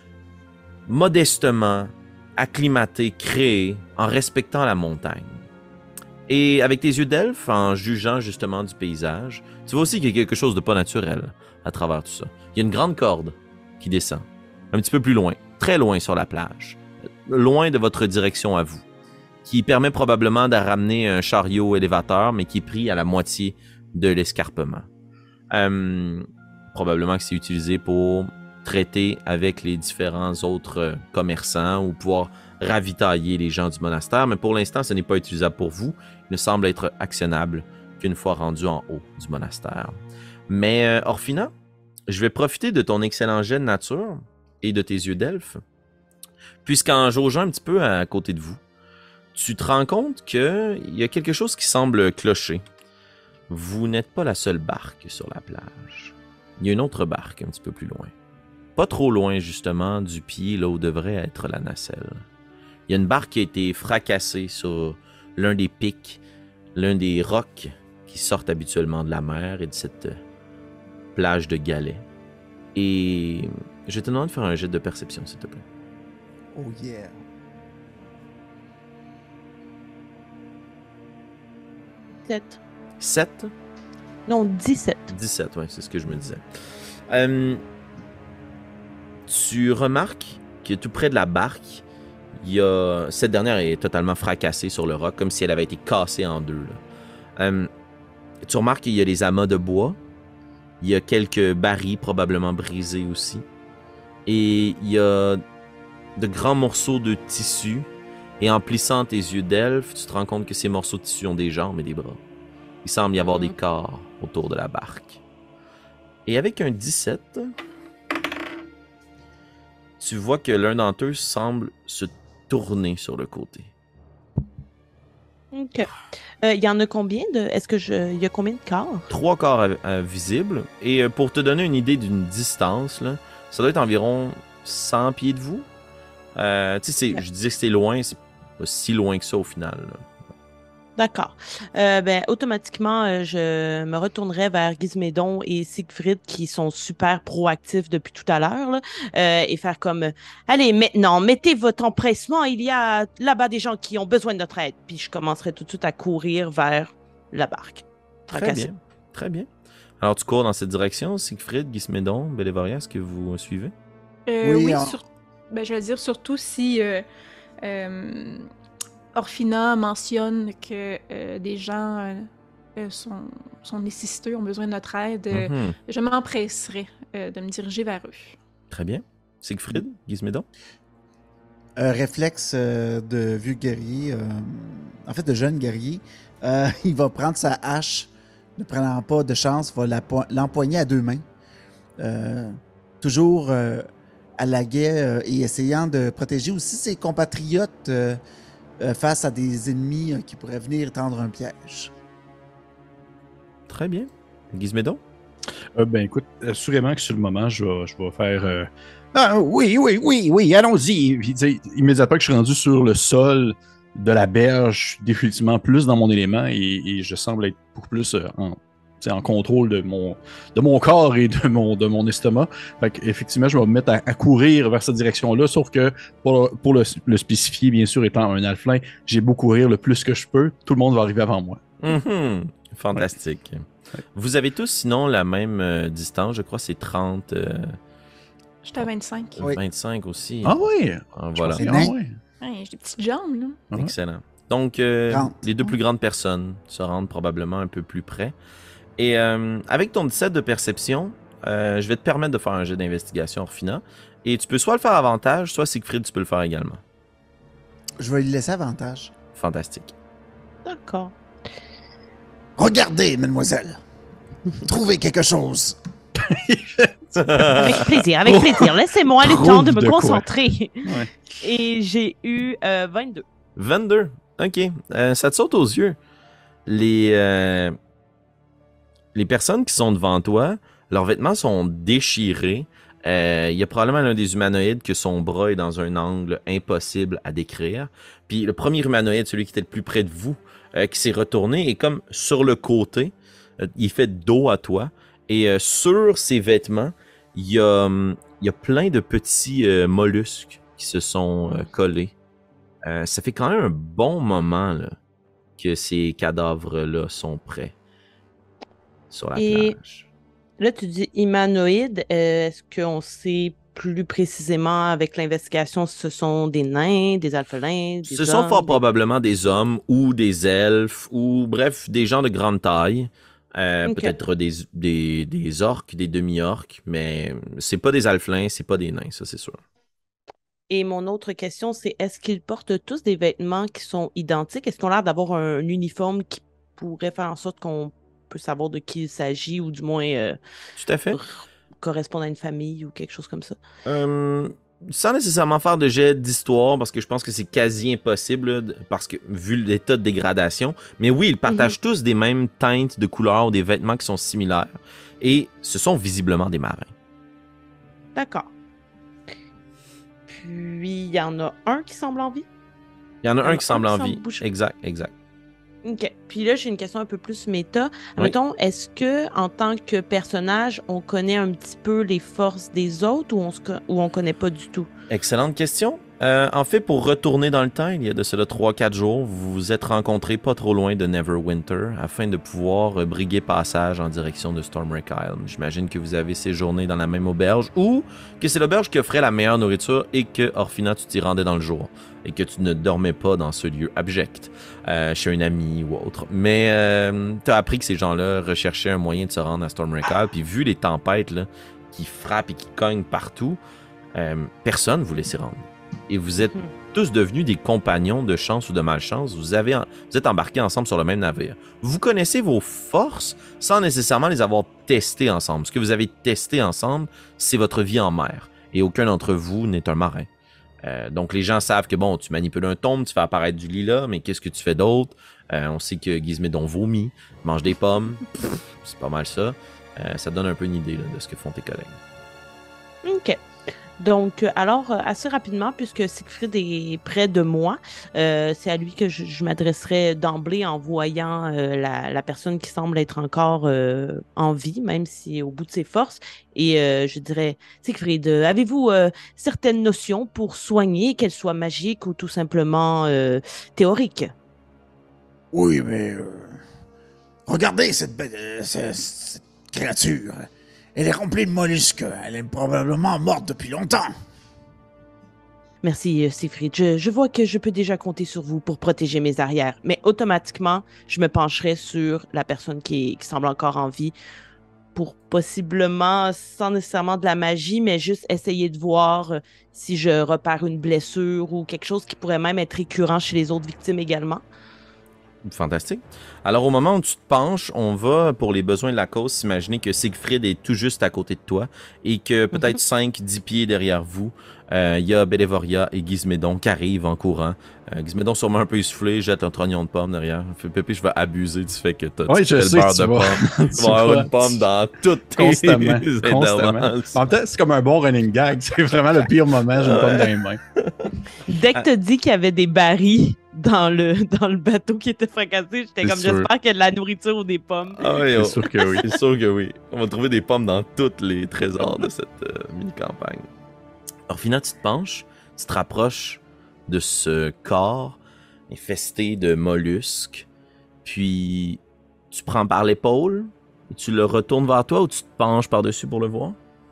modestement acclimaté, créé, en respectant la montagne. Et avec tes yeux d'elfe, en jugeant justement du paysage, tu vois aussi qu'il y a quelque chose de pas naturel à travers tout ça. Il y a une grande corde qui descend, un petit peu plus loin, très loin sur la plage, loin de votre direction à vous, qui permet probablement de ramener un chariot élévateur, mais qui est pris à la moitié de l'escarpement. Euh, probablement que c'est utilisé pour traiter avec les différents autres commerçants ou pouvoir ravitailler les gens du monastère, mais pour l'instant, ce n'est pas utilisable pour vous. Il ne semble être actionnable qu'une fois rendu en haut du monastère. Mais euh, Orphina, je vais profiter de ton excellent jet de nature et de tes yeux d'elfe, puisqu'en jaugeant un petit peu à côté de vous, tu te rends compte qu'il y a quelque chose qui semble clocher. Vous n'êtes pas la seule barque sur la plage. Il y a une autre barque un petit peu plus loin. Pas trop loin, justement, du pied là où devrait être la nacelle. Il y a une barque qui a été fracassée sur l'un des pics, l'un des rocs qui sortent habituellement de la mer et de cette plage de galets. Et je te demande de faire un jet de perception, s'il te plaît. Oh yeah. sept. sept? Non, dix-sept. dix-sept, oui, c'est ce que je me disais. Euh, tu remarques que tout près de la barque, il y a... cette dernière est totalement fracassée sur le roc, comme si elle avait été cassée en deux. Là. Euh, tu remarques qu'il y a des amas de bois, il y a quelques barils probablement brisés aussi, et il y a de grands morceaux de tissu, et en plissant tes yeux d'elfe, tu te rends compte que ces morceaux de tissu ont des jambes et des bras. Il semble y avoir des corps autour de la barque. Et avec un dix-sept, tu vois que l'un d'entre eux semble se tourner sur le côté. OK. Il euh, y en a combien de... Est-ce que je... Il y a combien de corps? Trois corps euh, euh, visibles. Et euh, pour te donner une idée d'une distance, là, ça doit être environ cent pieds de vous. Euh, tu sais, je disais que c'était loin, c'est pas si loin que ça au final. Là. D'accord. Euh, ben, automatiquement, euh, je me retournerai vers Gizmédon et Siegfried qui sont super proactifs depuis tout à l'heure là, euh, et faire comme euh, allez, maintenant, mettez votre empressement, il y a là-bas des gens qui ont besoin de notre aide. Puis je commencerai tout de suite à courir vers la barque. Très bien. Très bien. Alors, tu cours dans cette direction, Siegfried, Gizmédon, Bélévoria, est-ce que vous suivez? Euh, Oui, oui, en- sur... ben, je vais dire surtout si euh, euh, Orphina mentionne que euh, des gens euh, euh, sont, sont nécessiteux, ont besoin de notre aide. euh, Mhm. Je m'empresserai euh, de me diriger vers eux. Très bien. Siegfried, Gizmédon? Un réflexe euh, de vieux guerrier, euh, en fait de jeune guerrier, euh, il va prendre sa hache, ne prenant pas de chance, va la po- l'empoigner à deux mains. Euh, toujours euh, à la guet euh, et essayant de protéger aussi ses compatriotes euh, euh, face à des ennemis euh, qui pourraient venir tendre un piège. Très bien. Gizmédon? Euh, ben écoute, assurément que sur le moment, je vais, je vais faire. euh, Ah, oui, oui, oui, oui, allons-y. Puis, tu sais, immédiatement que je suis rendu sur le sol de la berge, je suis définitivement plus dans mon élément et, et je semble être beaucoup plus euh, en, tu sais, en contrôle de mon, de mon corps et de mon, de mon estomac. Fait qu'effectivement, je vais me mettre à, à courir vers cette direction-là, sauf que pour, pour le, le spécifier, bien sûr, étant un alflin, j'ai beau courir le plus que je peux, tout le monde va arriver avant moi. Mhm. Fantastique. Ouais. Vous avez tous, sinon, la même euh, distance. Je crois que c'est trente, euh, J'étais à vingt-cinq. Oui. vingt-cinq aussi. Ah oui! Ah, voilà. C'est Ah nain. ouais. Hey, j'ai des petites jambes, là. Ah ouais. Excellent. Donc, euh, trente. les deux plus grandes personnes se rendent probablement un peu plus près. Et euh, avec ton dix-sept de perception, euh, je vais te permettre de faire un jet d'investigation, Orphina. Et tu peux soit le faire avantage, soit Siegfried, tu peux le faire également. Je vais lui laisser avantage. Fantastique. D'accord. Regardez, mademoiselle. Trouvez quelque chose. Avec plaisir, avec plaisir. Laissez-moi le temps de me Trouve de quoi. concentrer. Ouais. Et j'ai eu euh, vingt-deux. vingt-deux. OK. Euh, ça te saute aux yeux. Les, euh, les personnes qui sont devant toi, leurs vêtements sont déchirés. Euh, Il y a probablement l'un des humanoïdes que son bras est dans un angle impossible à décrire. Puis le premier humanoïde, celui qui était le plus près de vous, euh, qui s'est retourné, est comme sur le côté. Euh, il fait dos à toi. Et euh, sur ses vêtements, il y a, hum, il y a plein de petits euh, mollusques qui se sont euh, collés. Euh, ça fait quand même un bon moment là, que ces cadavres-là sont prêts sur la Et- plage. Là, tu dis humanoïde. Euh, Est-ce qu'on sait plus précisément avec l'investigation si ce sont des nains, des alphelins, des Ce sont hommes, fort des- probablement des hommes ou des elfes ou bref, des gens de grande taille. Euh, Ok. Peut-être des, des, des orques, des demi-orques, mais c'est pas des alflins, c'est pas des nains, ça c'est sûr. Et mon autre question, c'est est-ce qu'ils portent tous des vêtements qui sont identiques? Est-ce qu'ils ont l'air d'avoir un, un uniforme qui pourrait faire en sorte qu'on peut savoir de qui il s'agit ou du moins euh, Tout à fait. r- correspondre à une famille ou quelque chose comme ça? Euh, sans nécessairement faire de jet d'histoire, parce que je pense que c'est quasi impossible, là, de- parce que vu l'état de dégradation. Mais oui, ils partagent tous des mêmes teintes de couleurs ou des vêtements qui sont similaires. Et ce sont visiblement des marins. D'accord. Puis, il y en a un qui semble en vie? Il y en a Il y en un a qui semble un en qui vie. semble bouger. Exact, exact. OK. Puis là, j'ai une question un peu plus méta. Oui. Mettons, est-ce que en tant que personnage, on connaît un petit peu les forces des autres ou on se co- ou on connaît pas du tout? Excellente question. Euh, en fait, pour retourner dans le temps, il y a de cela trois quatre jours, vous vous êtes rencontrés pas trop loin de Neverwinter afin de pouvoir euh, briguer passage en direction de Stormwreck Isle. J'imagine que vous avez séjourné dans la même auberge ou que c'est l'auberge qui offrait la meilleure nourriture et que, Orphina, tu t'y rendais dans le jour et que tu ne dormais pas dans ce lieu abject, euh, chez un ami ou autre. Mais euh, tu as appris que ces gens-là recherchaient un moyen de se rendre à Stormwreck Isle, puis vu les tempêtes là, qui frappent et qui cognent partout, euh, personne ne voulait s'y rendre. Et vous êtes Hmm. tous devenus des compagnons de chance ou de malchance. Vous, avez, vous êtes embarqués ensemble sur le même navire. Vous connaissez vos forces sans nécessairement les avoir testées ensemble. Ce que vous avez testé ensemble, c'est votre vie en mer. Et aucun d'entre vous n'est un marin. Euh, donc les gens savent que bon, tu manipules un tombe, tu fais apparaître du lilas, mais qu'est-ce que tu fais d'autre? Euh, on sait que Gizmédon vomit, mange des pommes. Pff, c'est pas mal ça. Euh, ça te donne un peu une idée là, de ce que font tes collègues. OK. Donc, euh, alors, euh, assez rapidement, puisque Siegfried est près de moi, euh, c'est à lui que je, je m'adresserai d'emblée en voyant euh, la, la personne qui semble être encore euh, en vie, même si au bout de ses forces. Et euh, je dirais, Siegfried, euh, avez-vous euh, certaines notions pour soigner, qu'elles soient magiques ou tout simplement euh, théoriques? Oui, mais... euh, regardez cette, bête- euh, cette, cette créature. Elle est remplie de mollusques. Elle est probablement morte depuis longtemps. Merci, euh, Siegfried. Je, je vois que je peux déjà compter sur vous pour protéger mes arrières. Mais automatiquement, je me pencherai sur la personne qui, est- qui semble encore en vie pour possiblement, sans nécessairement de la magie, mais juste essayer de voir euh, si je repère une blessure ou quelque chose qui pourrait même être récurrent chez les autres victimes également. Fantastique. Alors, au moment où tu te penches, on va, pour les besoins de la cause, s'imaginer que Siegfried est tout juste à côté de toi et que peut-être cinq dix pieds derrière vous, euh, il y a Bélévoria et Gizmédon qui arrivent en courant. Euh, Gizmédon sûrement un peu essoufflé, jette un trognon de pomme derrière. Fait, Pépé, je vais abuser du fait que t'as Oui, tu je fais sais le beurre que de tu vas- pomme. tu Tu vas avoir vas- une pomme dans toutes tes Constamment, constamment. interventions. En même temps, c'est comme un bon running gag. C'est vraiment le pire moment, j'ai une pomme dans les mains. Dès que tu as dit qu'il y avait des barils dans le, dans le bateau qui était fracassé, j'étais C'est comme, sûr. j'espère qu'il y a de la nourriture ou des pommes. Ah oui, C'est oh. sûr que oui. C'est sûr que oui. On va trouver des pommes dans tous les trésors de cette euh, mini-campagne. Orphina, tu te penches, tu te rapproches de ce corps infesté de mollusques, puis tu prends par l'épaule et tu le retournes vers toi ou tu te penches par-dessus pour le voir?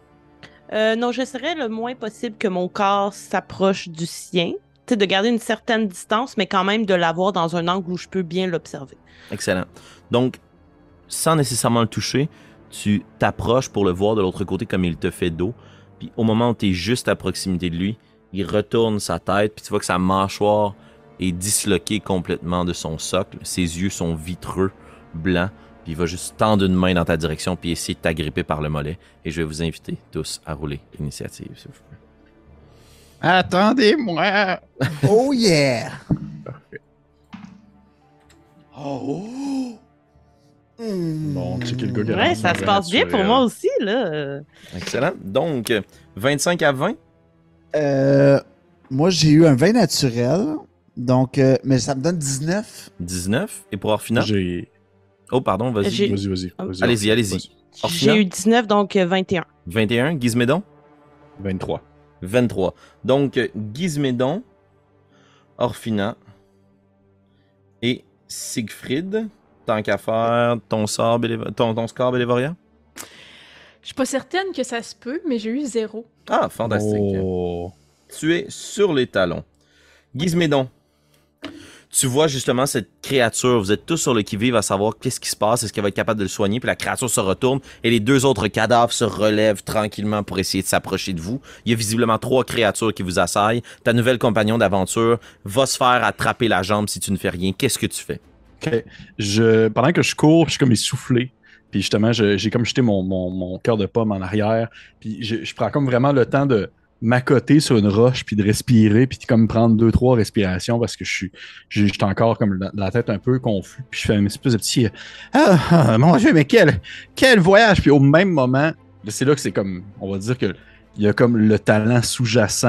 Euh, non, j'essaierais le moins possible que mon corps s'approche du sien. Tu sais, de garder une certaine distance, mais quand même de l'avoir dans un angle où je peux bien l'observer. Excellent. Donc, sans nécessairement le toucher, tu t'approches pour le voir de l'autre côté comme il te fait dos. Puis au moment où tu es juste à proximité de lui, il retourne sa tête, puis tu vois que sa mâchoire est disloquée complètement de son socle. Ses yeux sont vitreux, blancs, puis il va juste tendre une main dans ta direction puis essayer de t'agripper par le mollet. Et je vais vous inviter tous à rouler l'initiative, s'il vous plaît. Attendez-moi. Oh yeah! Parfait. Oh! Hmm. Bon, checker le gars qui a Ouais, rendu ça dans se le passe bien pour naturel. moi aussi, là. Excellent. Donc, vingt-cinq à vingt. Euh, moi, j'ai eu un vin naturel. Donc, euh, mais ça me donne dix-neuf. dix-neuf. Et pour Orphina? J'ai. Oh, pardon, vas-y. J'ai- Vas-y, vas-y. vas-y. Allez-y, allez-y. Orphina? J'ai eu dix-neuf, donc euh, vingt et un. vingt et un. Gizmédon? vingt-trois. vingt-trois. Donc, Gizmédon, Orphina et Siegfried. Tant qu'à faire, ton, sort Bélévo- ton, ton score Bélévoria? Je suis pas certaine que ça se peut, mais j'ai eu zéro. Ah, fantastique. Oh. Tu es sur les talons. Gizmédon, tu vois justement cette créature, vous êtes tous sur le qui-vive à savoir qu'est-ce qui se passe, est-ce qu'elle va être capable de le soigner, puis la créature se retourne et les deux autres cadavres se relèvent tranquillement pour essayer de s'approcher de vous. Il y a visiblement trois créatures qui vous assaillent. Ta nouvelle compagnon d'aventure va se faire attraper la jambe si tu ne fais rien. Qu'est-ce que tu fais? Ok. Je, pendant que je cours, je suis comme essoufflé. Puis justement, je- j'ai comme jeté mon, mon, mon cœur de pomme en arrière. Puis je, je prends comme vraiment le temps de m'accoter sur une roche, puis de respirer, puis de comme prendre deux, trois respirations parce que je suis j'ai- j'étais encore comme la, la tête un peu confus. Puis je fais une espèce de petit ah, ah, mon Dieu, mais quel, quel voyage! Puis au même moment, c'est là que c'est comme, on va dire que il y a comme le talent sous-jacent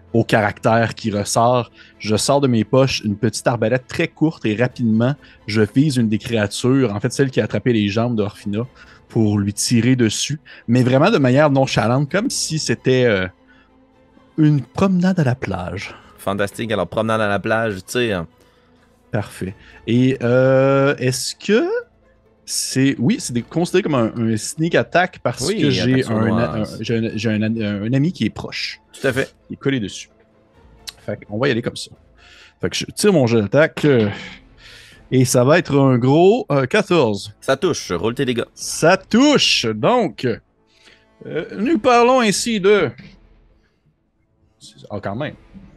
au caractère qui ressort. Je sors de mes poches une petite arbalète très courte et rapidement, je vise une des créatures, en fait celle qui a attrapé les jambes d'Orphina, pour lui tirer dessus, mais vraiment de manière nonchalante, comme si c'était euh, une promenade à la plage. Fantastique, alors promenade à la plage, tu sais. Parfait. Et euh, est-ce que c'est... Oui, c'est considéré comme un, un sneak attack parce Oui, que j'ai, attaque un, sournoise. un, j'ai, un, j'ai un, un, un ami qui est proche. Tout à fait. Il est collé dessus. Fait qu'on va y aller comme ça. Fait que je tire mon jet d'attaque euh, et ça va être un gros euh, quatorze. Ça touche, roule tes dégâts. Ça touche! Donc, euh, nous parlons ici de... Ah, quand même.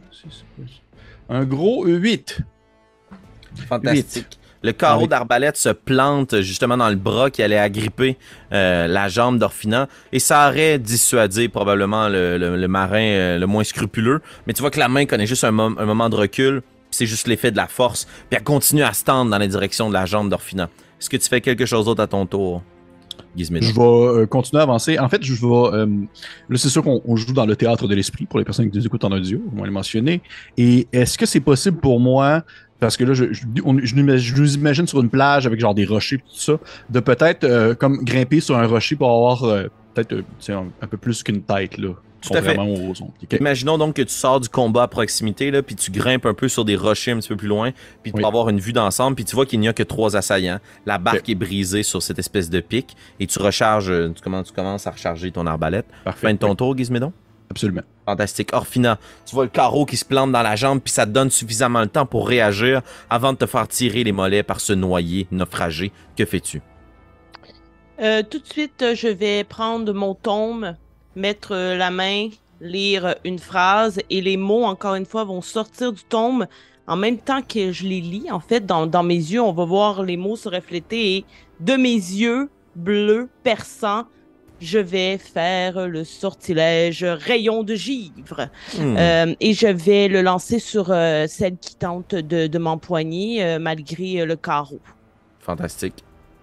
Un gros huit. Fantastique. Le carreau Avec- d'arbalète se plante justement dans le bras qui allait agripper euh, la jambe d'Orphina et ça aurait dissuadé probablement le, le- le marin euh, le moins scrupuleux. Mais tu vois que la main connaît juste un, mom- un moment de recul, puis c'est juste l'effet de la force, puis elle continue à se tendre dans la direction de la jambe d'Orphina. Est-ce que tu fais quelque chose d'autre à ton tour, Gizmédo? Je vais euh, continuer à avancer. En fait, je vais. euh, là, c'est sûr qu'on on joue dans le théâtre de l'esprit pour les personnes qui nous écoutent en audio, on va le mentionner. Et est-ce que c'est possible pour moi, parce que là, je, je, on- je nous je nous imagine sur une plage avec genre des rochers et tout ça, de peut-être euh, comme grimper sur un rocher pour avoir euh, peut-être euh, tu sais, un, un peu plus qu'une tête, là. Tout à fait. Contrairement aux autres. Ok. Imaginons donc que tu sors du combat à proximité, là, puis tu grimpes un peu sur des rochers un petit peu plus loin, puis tu Oui. peux avoir une vue d'ensemble, puis tu vois qu'il n'y a que trois assaillants. La barque est brisée sur cette espèce de pic, et tu recharges, euh, tu commences, tu commences à recharger ton arbalète. Parfait. Fin de ton Oui, tour, Gizmédon? absolument. Fantastique. Orphina, tu vois le carreau qui se plante dans la jambe, puis ça te donne suffisamment le temps pour réagir avant de te faire tirer les mollets par ce noyé naufragé. Que fais-tu? Euh, tout de suite, euh, je vais prendre mon tome, mettre euh, la main, lire une phrase et les mots, encore une fois, vont sortir du tome en même temps que je les lis. En fait, dans, dans mes yeux, on va voir les mots se refléter et de mes yeux bleus perçants, je vais faire le sortilège rayon de givre. Hmm. Euh, et je vais le lancer sur euh, celle qui tente de, de m'empoigner euh, malgré euh, le carreau. Fantastique.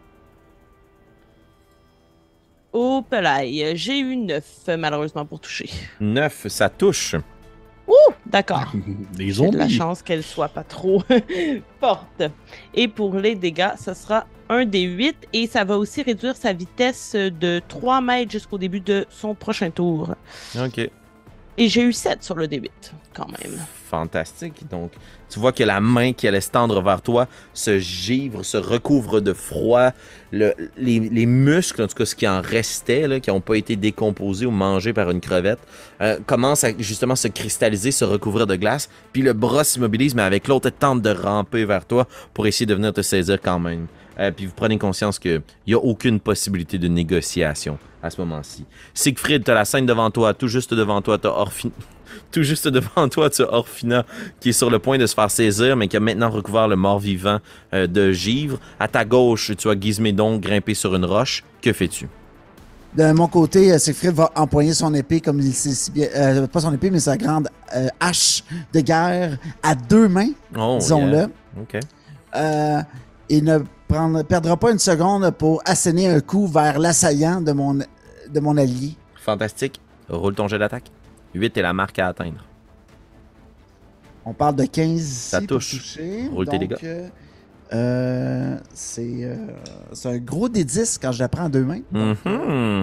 Oh, pelaille, j'ai eu neuf, malheureusement, pour toucher. neuf, ça touche. D'accord. Des J'ai de la zombies. chance qu'elle soit pas trop forte. Et pour les dégâts, ce sera un des huit et ça va aussi réduire sa vitesse de trois mètres jusqu'au début de son prochain tour. OK. Et j'ai eu sept sur le D huit, quand même. Fantastique. Donc, tu vois que la main qui allait se tendre vers toi se givre, se recouvre de froid. Le- les, les muscles, en tout cas ce qui en restait, là, qui n'ont pas été décomposés ou mangés par une crevette, euh, commencent à justement se cristalliser, se recouvrir de glace. Puis le bras s'immobilise, mais avec l'autre, elle tente de ramper vers toi pour essayer de venir te saisir quand même. Euh, puis vous prenez conscience qu'il n'y a aucune possibilité de négociation à ce moment-ci. Siegfried, tu as la scène devant toi, tout juste devant toi, tu as Orphina. Tout juste devant toi, tu as Orphina qui est sur le point de se faire saisir, mais qui a maintenant recouvert le mort-vivant euh, de givre. À ta gauche, tu as Gizmédon grimpé sur une roche. Que fais-tu? De mon côté, euh, Siegfried va empoigner son épée comme il sait si bien. Euh, pas son épée, mais sa grande euh, hache de guerre à deux mains, Oh, disons-le. yeah. OK. Euh, il ne prendra- perdra pas une seconde pour asséner un coup vers l'assaillant de mon, de mon allié. Fantastique. Roule ton jet d'attaque. huit est la marque à atteindre. On parle de quinze ici Ça pour touche. toucher. Roule tes Donc, dégâts. euh, euh, c'est euh, c'est un gros D dix quand je la prends à deux mains. Mhm. Mhm.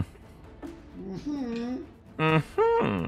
Mhm.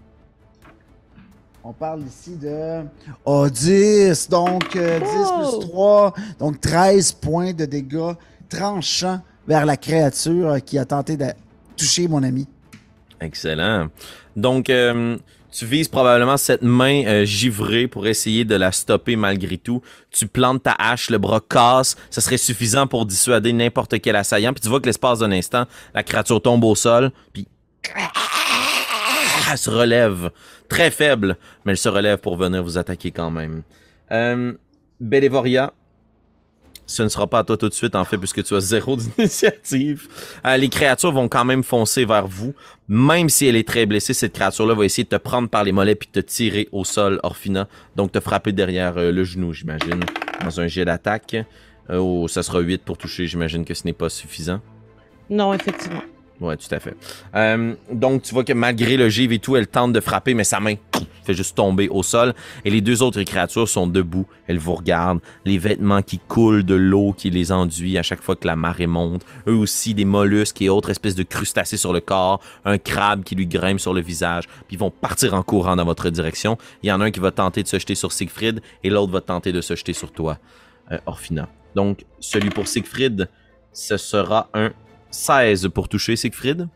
On parle ici de oh, dix, donc euh, dix Oh! plus trois, donc treize points de dégâts tranchants vers la créature qui a tenté de toucher mon ami. Excellent. Donc, euh, tu vises probablement cette main euh, givrée pour essayer de la stopper malgré tout. Tu plantes ta hache, le bras casse. Ça serait suffisant pour dissuader n'importe quel assaillant. Puis tu vois que l'espace d'un instant, la créature tombe au sol, puis elle se relève. Très faible, mais elle se relève pour venir vous attaquer quand même. Euh, Bélévoria, ce ne sera pas à toi tout de suite, en fait, puisque tu as zéro d'initiative. Euh, les créatures vont quand même foncer vers vous. Même si elle est très blessée, cette créature-là va essayer de te prendre par les mollets puis de te tirer au sol, Orphina. Donc, te frapper derrière euh, le genou, j'imagine, dans un jet d'attaque. Euh, oh, ça sera huit pour toucher, j'imagine que ce n'est pas suffisant. Non, effectivement. Ouais, tout à fait. Euh, donc, tu vois que malgré le givre et tout, elle tente de frapper, mais sa main fait juste tomber au sol. Et les deux autres créatures sont debout. Elles vous regardent. Les vêtements qui coulent de l'eau qui les enduit à chaque fois que la marée monte. Eux aussi, des mollusques et autres espèces de crustacés sur le corps. Un crabe qui lui grimpe sur le visage. Puis ils vont partir en courant dans votre direction. Il y en a un qui va tenter de se jeter sur Siegfried et l'autre va tenter de se jeter sur toi, euh, Orphina. Donc, celui pour Siegfried, ce sera un seize pour toucher Siegfried.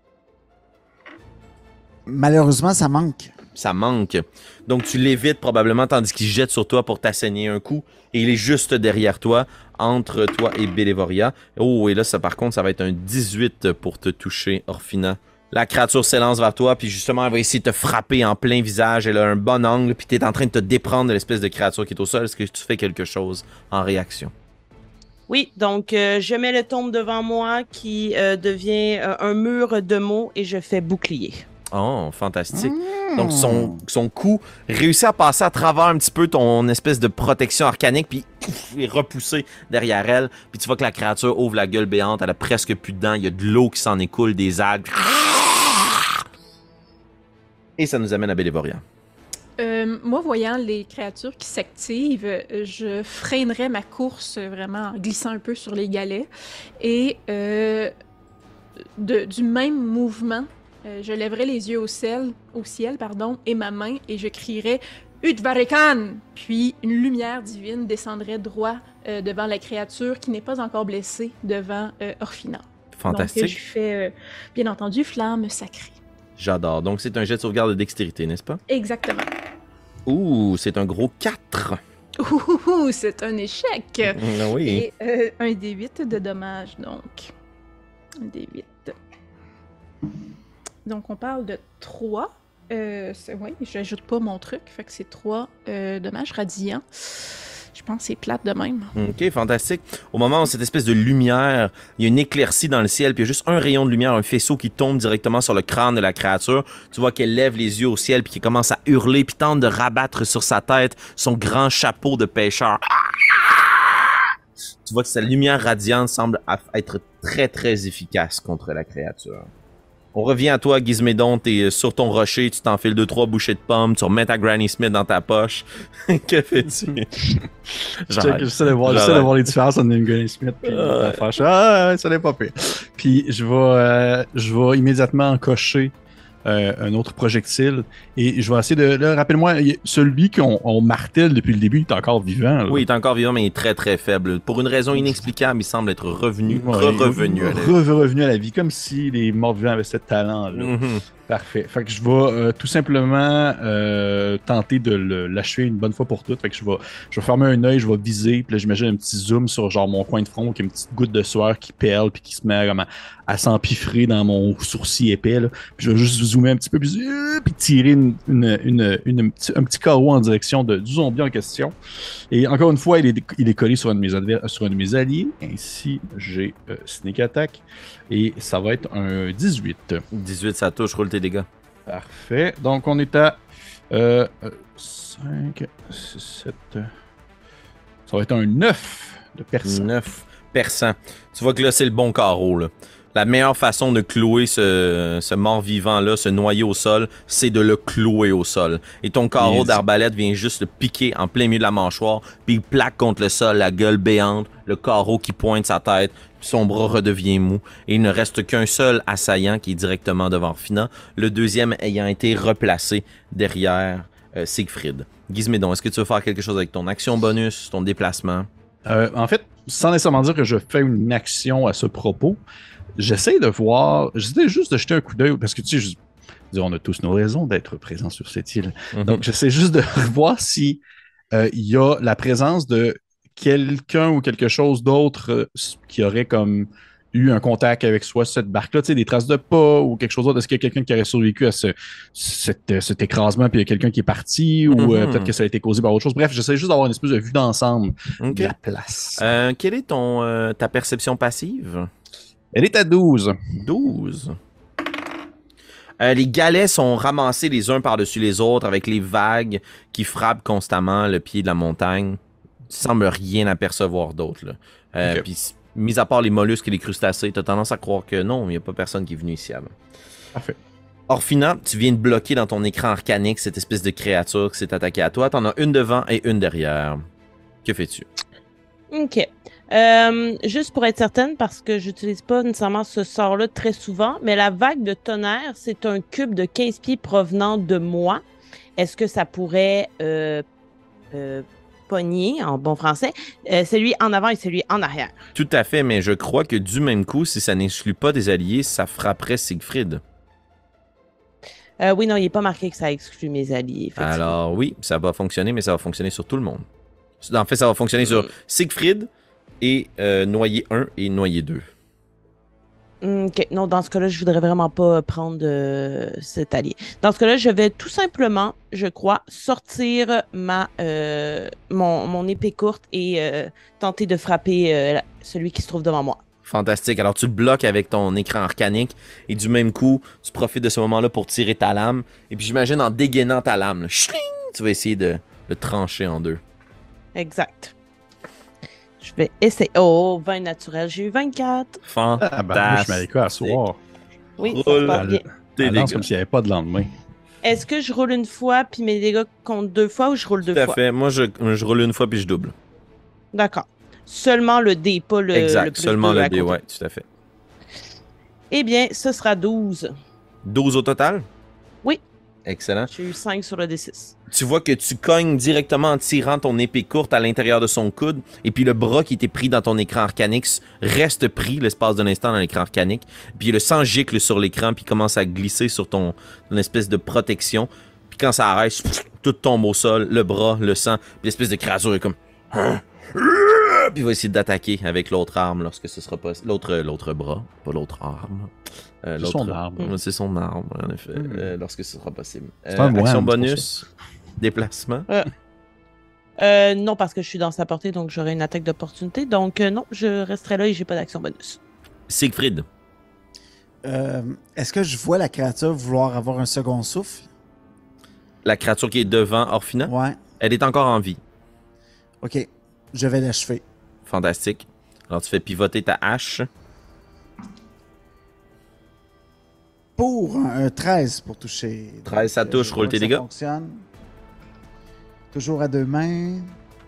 Malheureusement, ça manque. Ça manque. Donc, tu l'évites probablement tandis qu'il jette sur toi pour t'asséner un coup. Et il est juste derrière toi, entre toi et Bélévoria. Oh, et là, ça, par contre, ça va être un dix-huit pour te toucher, Orphina. La créature s'élance vers toi, puis justement, elle va essayer de te frapper en plein visage. Elle a un bon angle, puis tu es en train de te déprendre de l'espèce de créature qui est au sol. Est-ce que tu fais quelque chose en réaction? Oui, donc euh, je mets le tombe devant moi qui euh, devient euh, un mur de mots et je fais bouclier. Oh, fantastique. Mmh. Donc, son, son coup réussit à passer à travers un petit peu ton espèce de protection arcanique, puis il est repoussé derrière elle. Puis tu vois que la créature ouvre la gueule béante, elle a presque plus de dents, il y a de l'eau qui s'en écoule, des algues. Et ça nous amène à Bélévoria. Euh, moi, voyant les créatures qui s'activent, euh, je freinerais ma course euh, vraiment en glissant un peu sur les galets. Et euh, de, du même mouvement, euh, je lèverais les yeux au ciel, au ciel pardon, et ma main, et je crierais « Utvarikan !» Puis une lumière divine descendrait droit euh, devant la créature qui n'est pas encore blessée, devant euh, Orphina. Fantastique. Donc, je fais, euh, bien entendu, flamme sacrée. J'adore. Donc, c'est un jet de sauvegarde de dextérité, n'est-ce pas? Exactement. Ouh, c'est un gros quatre. Ouh, c'est un échec. Ah oui. Et euh, un D huit de dommages, donc. Un D huit. Donc, on parle de trois. Euh, oui, j'ajoute pas mon truc. Fait que c'est trois euh, dommages radiants. Je pense que c'est plate de même. OK, fantastique. Au moment où cette espèce de lumière, il y a une éclaircie dans le ciel, puis il y a juste un rayon de lumière, un faisceau qui tombe directement sur le crâne de la créature. Tu vois qu'elle lève les yeux au ciel, puis qu'elle commence à hurler, puis tente de rabattre sur sa tête son grand chapeau de pêcheur. Tu vois que sa lumière radiante semble être très, très efficace contre la créature. On revient à toi, Gizmédon, t'es sur ton rocher, tu t'enfiles deux, trois bouchées de pommes, tu remets ta Granny Smith dans ta poche. Que fais-tu? J'essaie de voir, j'essaie de voir les différences entre une Granny Smith et la fâche. Ah, ça n'est pas pire. Puis je vais, euh, je vais immédiatement cocher euh, un autre projectile et je vais essayer de... Là, rappelle-moi, celui qu'on on martèle depuis le début, il est encore vivant. Là. Oui, il est encore vivant, mais il est très très faible. Pour une raison inexplicable, il semble être revenu, ouais, re-revenu à la vie. Re-revenu à la vie, comme si les morts vivants avaient ce talent-là. Mm-hmm. Parfait. Fait que je vais euh, tout simplement euh, tenter de le, l'achever une bonne fois pour toutes. Fait que je vais, je vais fermer un œil, je vais viser, puis là j'imagine un petit zoom sur genre mon coin de front, qui a une petite goutte de sueur qui perle, puis qui se met comme à, à s'empiffrer dans mon sourcil épais. Là. Puis je vais juste zoomer un petit peu, puis, euh, puis tirer une, une, une, une, une, un petit carreau en direction de, du zombie en question. Et encore une fois, il est, il est collé sur un de mes, adver- sur un de mes alliés. Ainsi, j'ai euh, Sneak Attack. Et ça va être un dix-huit. dix-huit, ça touche, roule tes dégâts. Parfait. Donc, on est à euh, cinq, six, sept. Ça va être un neuf de perçant. neuf perçant. Tu vois que là, c'est le bon carreau, là. La meilleure façon de clouer ce, ce mort-vivant-là, ce noyau au sol, c'est de le clouer au sol. Et ton carreau yes. d'arbalète vient juste le piquer en plein milieu de la mâchoire, puis il plaque contre le sol, la gueule béante, le carreau qui pointe sa tête, puis son bras redevient mou. Et il ne reste qu'un seul assaillant qui est directement devant Orphina, le deuxième ayant été replacé derrière euh, Siegfried. Gizmédon, est-ce que tu veux faire quelque chose avec ton action bonus, ton déplacement? Euh, en fait, sans nécessairement dire que je fais une action à ce propos, j'essaie de voir, j'essaie juste de jeter un coup d'œil, parce que tu sais, je, on a tous nos raisons d'être présents sur cette île. Mm-hmm. Donc, j'essaie juste de voir si euh, il y a la présence de quelqu'un ou quelque chose d'autre euh, qui aurait comme eu un contact avec soit cette barque-là, tu sais, des traces de pas ou quelque chose d'autre. Est-ce qu'il y a quelqu'un qui aurait survécu à ce, cet, cet écrasement, puis il y a quelqu'un qui est parti, ou mm-hmm. euh, peut-être que ça a été causé par autre chose. Bref, j'essaie juste d'avoir une espèce de vue d'ensemble okay. de la place. Euh, quelle est ton euh, ta perception passive? Elle est à douze. douze. Euh, les galets sont ramassés les uns par-dessus les autres avec les vagues qui frappent constamment le pied de la montagne. Tu sembles rien apercevoir d'autre. Là. Euh, okay. Puis, mis à part les mollusques et les crustacés, tu as tendance à croire que non, il n'y a pas personne qui est venu ici avant. Parfait. Orphina, tu viens de bloquer dans ton écran arcanique cette espèce de créature qui s'est attaquée à toi. T'en as une devant et une derrière. Que fais-tu? OK. Euh, juste pour être certaine, parce que j'utilise pas nécessairement ce sort-là très souvent, mais la vague de tonnerre, c'est un cube de quinze pieds provenant de moi. Est-ce que ça pourrait euh, euh, pogner, en bon français, euh, celui en avant et celui en arrière? Tout à fait, mais je crois que du même coup, si ça n'exclut pas des alliés, ça frapperait Siegfried. Euh, oui, non, il n'est pas marqué que ça exclut mes alliés, effectivement. Alors oui, ça va fonctionner, mais ça va fonctionner sur tout le monde. En fait, ça va fonctionner sur Siegfried et euh, Noyer un et Noyer deux. OK. Non, dans ce cas-là, je voudrais vraiment pas prendre euh, cet allié. Dans ce cas-là, je vais tout simplement, je crois, sortir ma euh, mon, mon épée courte et euh, tenter de frapper euh, celui qui se trouve devant moi. Fantastique. Alors, tu le bloques avec ton écran arcanique et du même coup, tu profites de ce moment-là pour tirer ta lame. Et puis, j'imagine, en dégainant ta lame, là, chling, tu vas essayer de le trancher en deux. Exact. Je vais essayer. Oh, vingt naturel. J'ai eu vingt-quatre. Fantastique. Ah, ben, moi, je m'arrête à soir. Oui, ça se passe bien. Tes Elle lance dégâts. comme s'il n'y avait pas de lendemain. Est-ce que je roule une fois puis mes dégâts comptent deux fois ou je roule deux Tout à fois? fait. Moi, je, je roule une fois puis je double. D'accord. Seulement le dé, pas le, exact. le plus Seulement deux le à dé, côté. ouais, tout à fait. Eh bien, ce sera douze. douze au total? Oui. Excellent. J'ai eu cinq sur le D six. Tu vois que tu cognes directement en tirant ton épée courte à l'intérieur de son coude, et puis le bras qui était pris dans ton écran arcanique reste pris l'espace d'un instant dans l'écran arcanique, puis le sang gicle sur l'écran, puis commence à glisser sur ton, ton espèce de protection, puis quand ça arrête, tout tombe au sol, le bras, le sang, puis l'espèce de créature est comme... Puis il va essayer d'attaquer avec l'autre arme lorsque ce sera possible. L'autre, l'autre bras, pas l'autre arme. Euh, C'est l'autre- son arme. Ouais, C'est son arme, en effet, Mm. euh, lorsque ce sera possible. C'est Euh, un moine, action c'est pour bonus, déplacement. Euh, non, parce que je suis dans sa portée, donc j'aurai une attaque d'opportunité. Donc, euh, non, je resterai là et j'ai pas d'action bonus. Siegfried. Euh, Est-ce que je vois la créature vouloir avoir un second souffle? La créature qui est devant Orphina, Ouais. elle est encore en vie. Ok. Je vais l'achever. Fantastique. Alors tu fais pivoter ta hache. Pour un, un treize pour toucher. treize, ça Donc, touche, je roule vois tes que ça dégâts. fonctionne. Toujours à deux mains.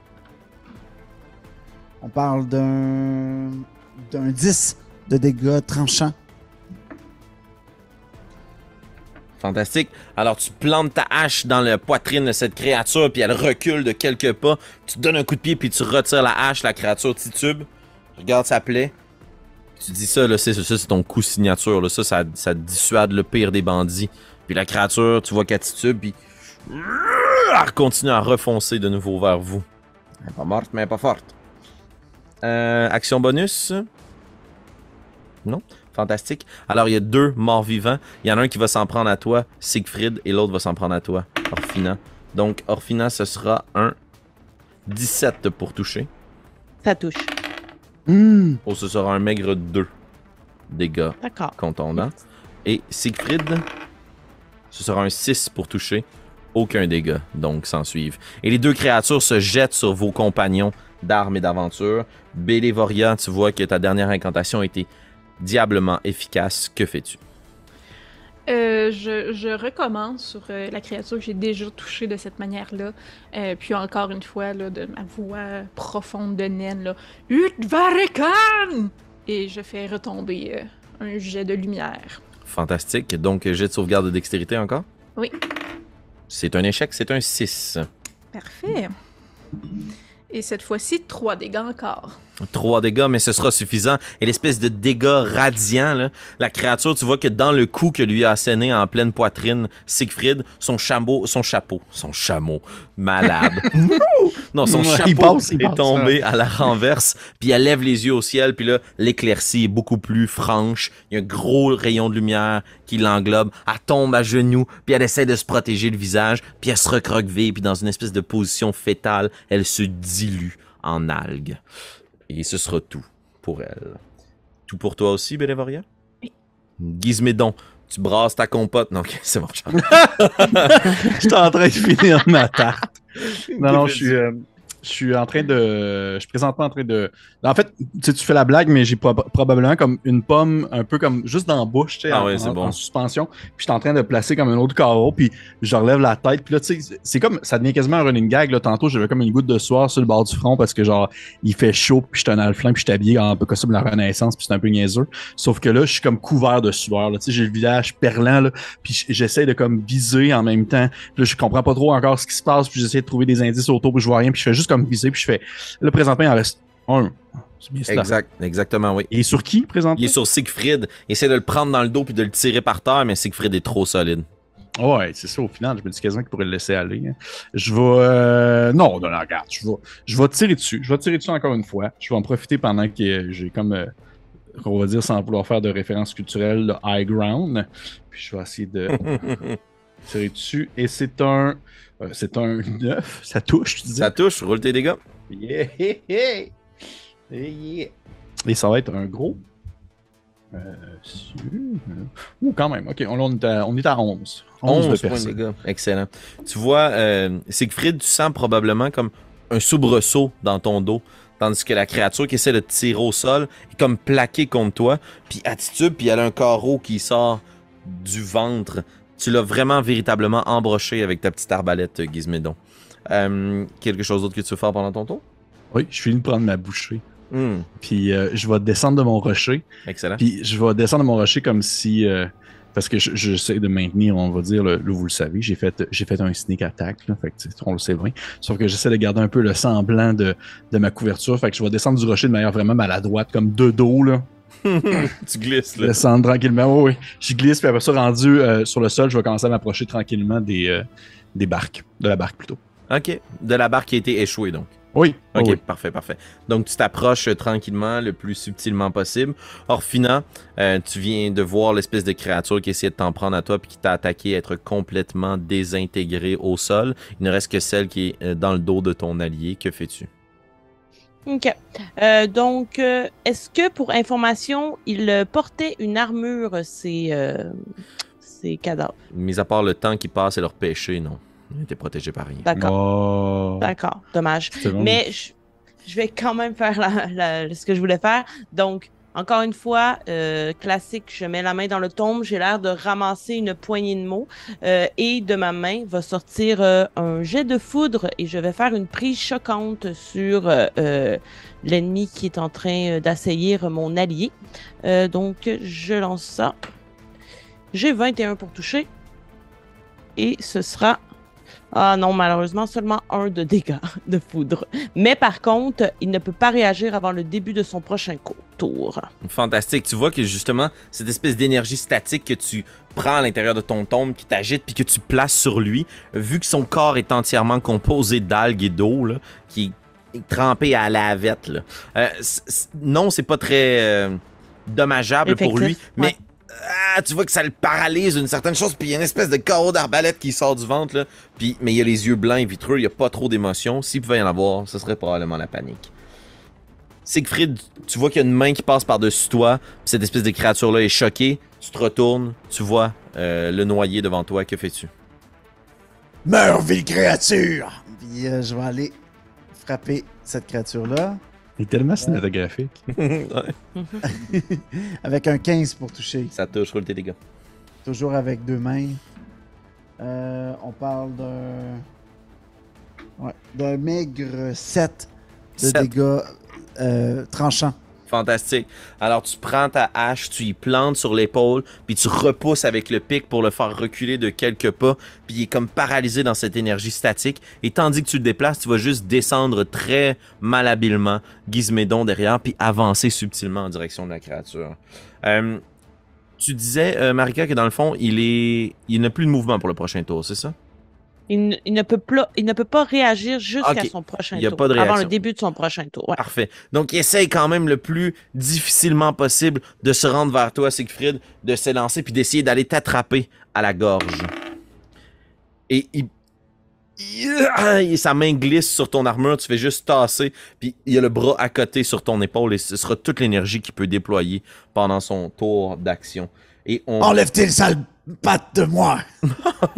On parle d'un d'un dix de dégâts tranchants. Fantastique. Alors tu plantes ta hache dans la poitrine de cette créature, puis elle recule de quelques pas. Tu donnes un coup de pied, puis tu retires la hache, la créature titube. Regarde sa plaie. Tu dis ça, là, c'est, ça, c'est ton coup signature. Là. Ça, ça, ça dissuade le pire des bandits. Puis la créature, tu vois qu'elle titube, puis elle continue à refoncer de nouveau vers vous. Elle est pas morte, mais elle est pas forte. Euh, action bonus? Non? Fantastique. Alors, il y a deux morts vivants. Il y en a un qui va s'en prendre à toi, Siegfried, et l'autre va s'en prendre à toi, Orphina. Donc, Orphina, ce sera un dix-sept pour toucher. Ça touche. Mmh. Oh, ce sera un maigre deux dégâts D'accord. contondants. Et Siegfried, ce sera un six pour toucher. Aucun dégât, donc, s'en suivent. Et les deux créatures se jettent sur vos compagnons d'armes et d'aventure. Bélévoria, tu vois que ta dernière incantation a été diablement efficace. Que fais-tu? Euh, je, je recommence sur euh, la créature que j'ai déjà touchée de cette manière-là. Euh, puis encore une fois, là, de ma voix profonde de naine, là, Utvarikan! Et je fais retomber euh, un jet de lumière. Fantastique. Donc, jet de sauvegarde de dextérité encore? Oui. C'est un échec, c'est un six. Parfait. Et cette fois-ci, trois dégâts encore. Trois dégâts, mais ce sera suffisant. Et l'espèce de dégâts radiants, là, la créature, tu vois que dans le coup que lui a asséné en pleine poitrine, Siegfried, son chameau, son chapeau, son chameau, malade. non, son Ouais, chapeau il passe, il est passe, tombé à la renverse, puis elle lève les yeux au ciel, puis là, l'éclaircie est beaucoup plus franche. Il y a un gros rayon de lumière qui l'englobe. Elle tombe à genoux, puis elle essaie de se protéger le visage, puis elle se recroqueville, puis dans une espèce de position fétale, elle se dilue en algues. Et ce sera tout pour elle. Tout pour toi aussi, Bélévoria? Oui. Gizmédon, tu brasses ta compote. Non, ok, c'est bon. J'étais en train de finir ma tarte. Non, non, je suis. euh, Je suis en train de. Je suis présentement en train de. En fait, tu sais, tu fais la blague, mais j'ai prob- probablement comme une pomme, un peu comme juste dans la bouche, tu sais, Ah en, ouais, c'est en- bon. en suspension. Puis je suis en train de placer comme un autre carreau, puis je relève la tête. Puis là, tu sais, c'est comme. Ça devient quasiment un running gag. Là. Tantôt, j'avais comme une goutte de sueur sur le bord du front parce que, genre, il fait chaud, puis je suis un alflin, puis je suis habillé en un peu costume de la Renaissance, puis c'est un peu niaiseux. Sauf que là, je suis comme couvert de sueur. Là. Tu sais, j'ai le visage perlant, là, puis j- j'essaie de comme viser en même temps. Puis là, je comprends pas trop encore ce qui se passe, puis j'essaie de trouver des indices autour, puis je vois rien, puis je fais juste comme viser, puis je fais. Là, présentement, il en reste un. C'est bien cela. Exact, exactement, oui. Il est sur qui, présentement? Il est sur Siegfried. Essaie de le prendre dans le dos puis de le tirer par terre, mais Siegfried est trop solide. Ouais, c'est ça, au final, je me dis quasiment qu'il pourrait le laisser aller. hein. Je vais... euh, Non, non, non, regarde, je vais... je vais tirer dessus. Je vais tirer dessus encore une fois. Je vais en profiter pendant que j'ai comme... euh, on va dire, sans vouloir faire de référence culturelle, le high ground. Puis je vais essayer de tirer dessus. Et c'est un... euh, c'est un neuf. Ça touche, tu dis? Ça touche, roule tes dégâts. Yeah, yeah, yeah. Yeah. Et ça va être un gros. Euh, sur- Ouh, quand même. Ok, on, on est à, on est à onze. onze de onze points de personnes. dégâts. Excellent. Tu vois, euh, Siegfried, tu sens probablement comme un soubresaut dans ton dos. Tandis que la créature qui essaie de te tirer au sol est comme plaquée contre toi. Puis attitude, puis elle a un carreau qui sort du ventre. Tu l'as vraiment véritablement embroché avec ta petite arbalète, Gizmédon. Euh, quelque chose d'autre que tu veux faire pendant ton tour? Oui, je finis de prendre ma bouchée. Hmm, Puis euh, je vais descendre de mon rocher. excellent. Puis je vais descendre de mon rocher comme si. euh, parce que je- j'essaie de maintenir, on va dire, le, là, vous le savez, j'ai fait, j'ai fait un sneak attack, là, fait que tu sais, on le sait bien. Sauf que j'essaie de garder un peu le semblant de, de ma couverture. Fait que je vais descendre du rocher de manière vraiment maladroite, comme de dos, là. Tu glisses, là. Descendre tranquillement. Oui, oui. Je glisse, puis après ça, rendu euh, sur le sol, je vais commencer à m'approcher tranquillement des, euh, des barques. De la barque plutôt. OK. De la barque qui a été échouée, donc. Oui. Ok, oui. parfait, parfait. Donc, tu t'approches euh, tranquillement, le plus subtilement possible. Orphina, euh, tu viens de voir l'espèce de créature qui essaie de t'en prendre à toi puis qui t'a attaqué être complètement désintégrée au sol. Il ne reste que celle qui est euh, dans le dos de ton allié. Que fais-tu? OK. Euh, donc, euh, est-ce que, pour information, il euh, portait une armure, ces, euh, ces cadavres? Mis à part le temps qui passe et leur péché, non. Ils n'étaient protégés par rien. D'accord. Oh. D'accord. Dommage. C'est bon. Mais je, je vais quand même faire la- la- ce que je voulais faire. Donc, encore une fois, euh, classique, je mets la main dans le tombe, j'ai l'air de ramasser une poignée de mots euh, et de ma main va sortir euh, un jet de foudre et je vais faire une prise choquante sur euh, euh, l'ennemi qui est en train euh, d'assaillir mon allié. Euh, donc, je lance ça. J'ai vingt et un pour toucher et ce sera... Ah non, malheureusement, seulement un de dégâts de foudre. Mais par contre, il ne peut pas réagir avant le début de son prochain co- tour. Fantastique. Tu vois que justement, cette espèce d'énergie statique que tu prends à l'intérieur de ton tombe, qui t'agite puis que tu places sur lui, vu que son corps est entièrement composé d'algues et d'eau, là, qui est trempé à la lavette, là. Euh, c- c- non, c'est pas très euh, dommageable pour lui, Effectif, mais ouais. ah, tu vois que ça le paralyse d'une certaine chose, puis il y a une espèce de carreau d'arbalète qui sort du ventre, là, puis, mais il a les yeux blancs et vitreux, il n'y a pas trop d'émotion. S'il pouvait y en avoir, ce serait probablement la panique. Siegfried, tu vois qu'il y a une main qui passe par-dessus toi, puis cette espèce de créature-là est choquée, tu te retournes, tu vois euh, le noyé devant toi, que fais-tu? Meurs, ville créature! Puis euh, je vais aller frapper cette créature-là Il est tellement cinématographique. Ouais, avec un quinze pour toucher. ça touche, roule tes dégâts. Toujours avec deux mains. Euh, on parle d'un... Ouais, d'un maigre sept de Sept. dégâts euh, tranchants. Fantastique. Alors tu prends ta hache, tu y plantes sur l'épaule, puis tu repousses avec le pic pour le faire reculer de quelques pas, puis il est comme paralysé dans cette énergie statique. Et tandis que tu le déplaces, tu vas juste descendre très malhabilement Gizmédon derrière, puis avancer subtilement en direction de la créature. Euh, tu disais, euh, Marika, que dans le fond, il est, il n'a plus de mouvement pour le prochain tour, c'est ça? Il, ne- il ne peut pla- il ne peut pas réagir jusqu'à Ok. son prochain Il y a tour. pas de Avant réaction. le début de son prochain tour. Ouais. Parfait. Donc, il essaye quand même le plus difficilement possible de se rendre vers toi, Siegfried, de s'élancer puis d'essayer d'aller t'attraper à la gorge. Et il... il- sa main glisse sur ton armure, tu fais juste tasser, puis il y a le bras à côté sur ton épaule et ce sera toute l'énergie qu'il peut déployer pendant son tour d'action. Et on... Enlève tes sales pattes de moi!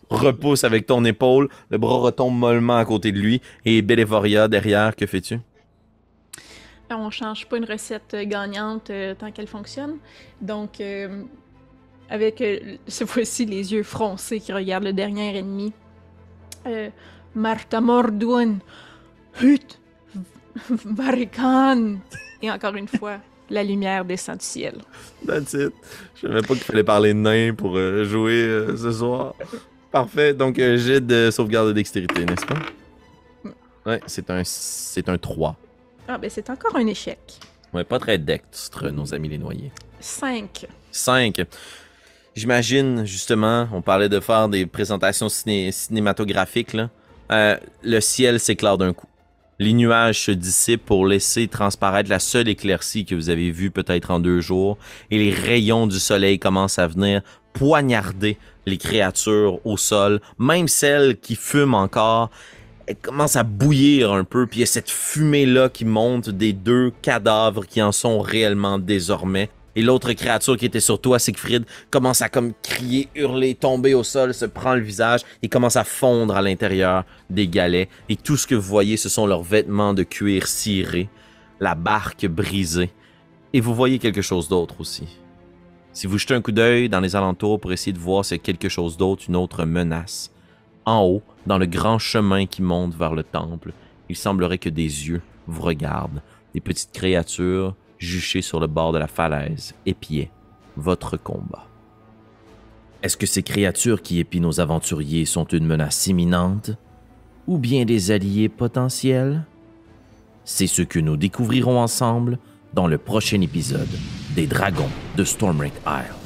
repousse avec ton épaule, le bras retombe mollement à côté de lui, et Bélévoria derrière, que fais-tu? On change pas une recette gagnante euh, tant qu'elle fonctionne. Donc, euh, avec euh, cette fois-ci les yeux froncés qui regardent le dernier ennemi. Euh, Martha Morduan, Hut, Varikan. Et encore une fois, la lumière descend du ciel. That's it. Je savais pas qu'il fallait parler de nain pour euh, jouer euh, ce soir. Parfait. Donc, euh, jet de sauvegarde de dextérité, n'est-ce pas? Ouais, c'est un, c'est un trois. Ah, ben c'est encore un échec. Ouais, pas très dextre, nos amis les noyés. Cinq. cinq. J'imagine, justement, on parlait de faire des présentations ciné- cinématographiques, là. Euh, le ciel s'éclaire d'un coup. Les nuages se dissipent pour laisser transparaître la seule éclaircie que vous avez vue peut-être en deux jours, et les rayons du soleil commencent à venir poignarder les créatures au sol, même celles qui fument encore. Elle commence à bouillir un peu, puis il y a cette fumée-là qui monte des deux cadavres qui en sont réellement désormais. Et l'autre créature qui était sur toi, Siegfried, commence à comme crier, hurler, tomber au sol, se prend le visage et commence à fondre à l'intérieur des galets. Et tout ce que vous voyez, ce sont leurs vêtements de cuir cirés, la barque brisée. Et vous voyez quelque chose d'autre aussi. Si vous jetez un coup d'œil dans les alentours pour essayer de voir s'il y a quelque chose d'autre, une autre menace, en haut, dans le grand chemin qui monte vers le temple, il semblerait que des yeux vous regardent, des petites créatures juchées sur le bord de la falaise, épiaient votre combat. Est-ce que ces créatures qui épient nos aventuriers sont une menace imminente, ou bien des alliés potentiels? C'est ce que nous découvrirons ensemble dans le prochain épisode des Dragons de Stormwreck Isle.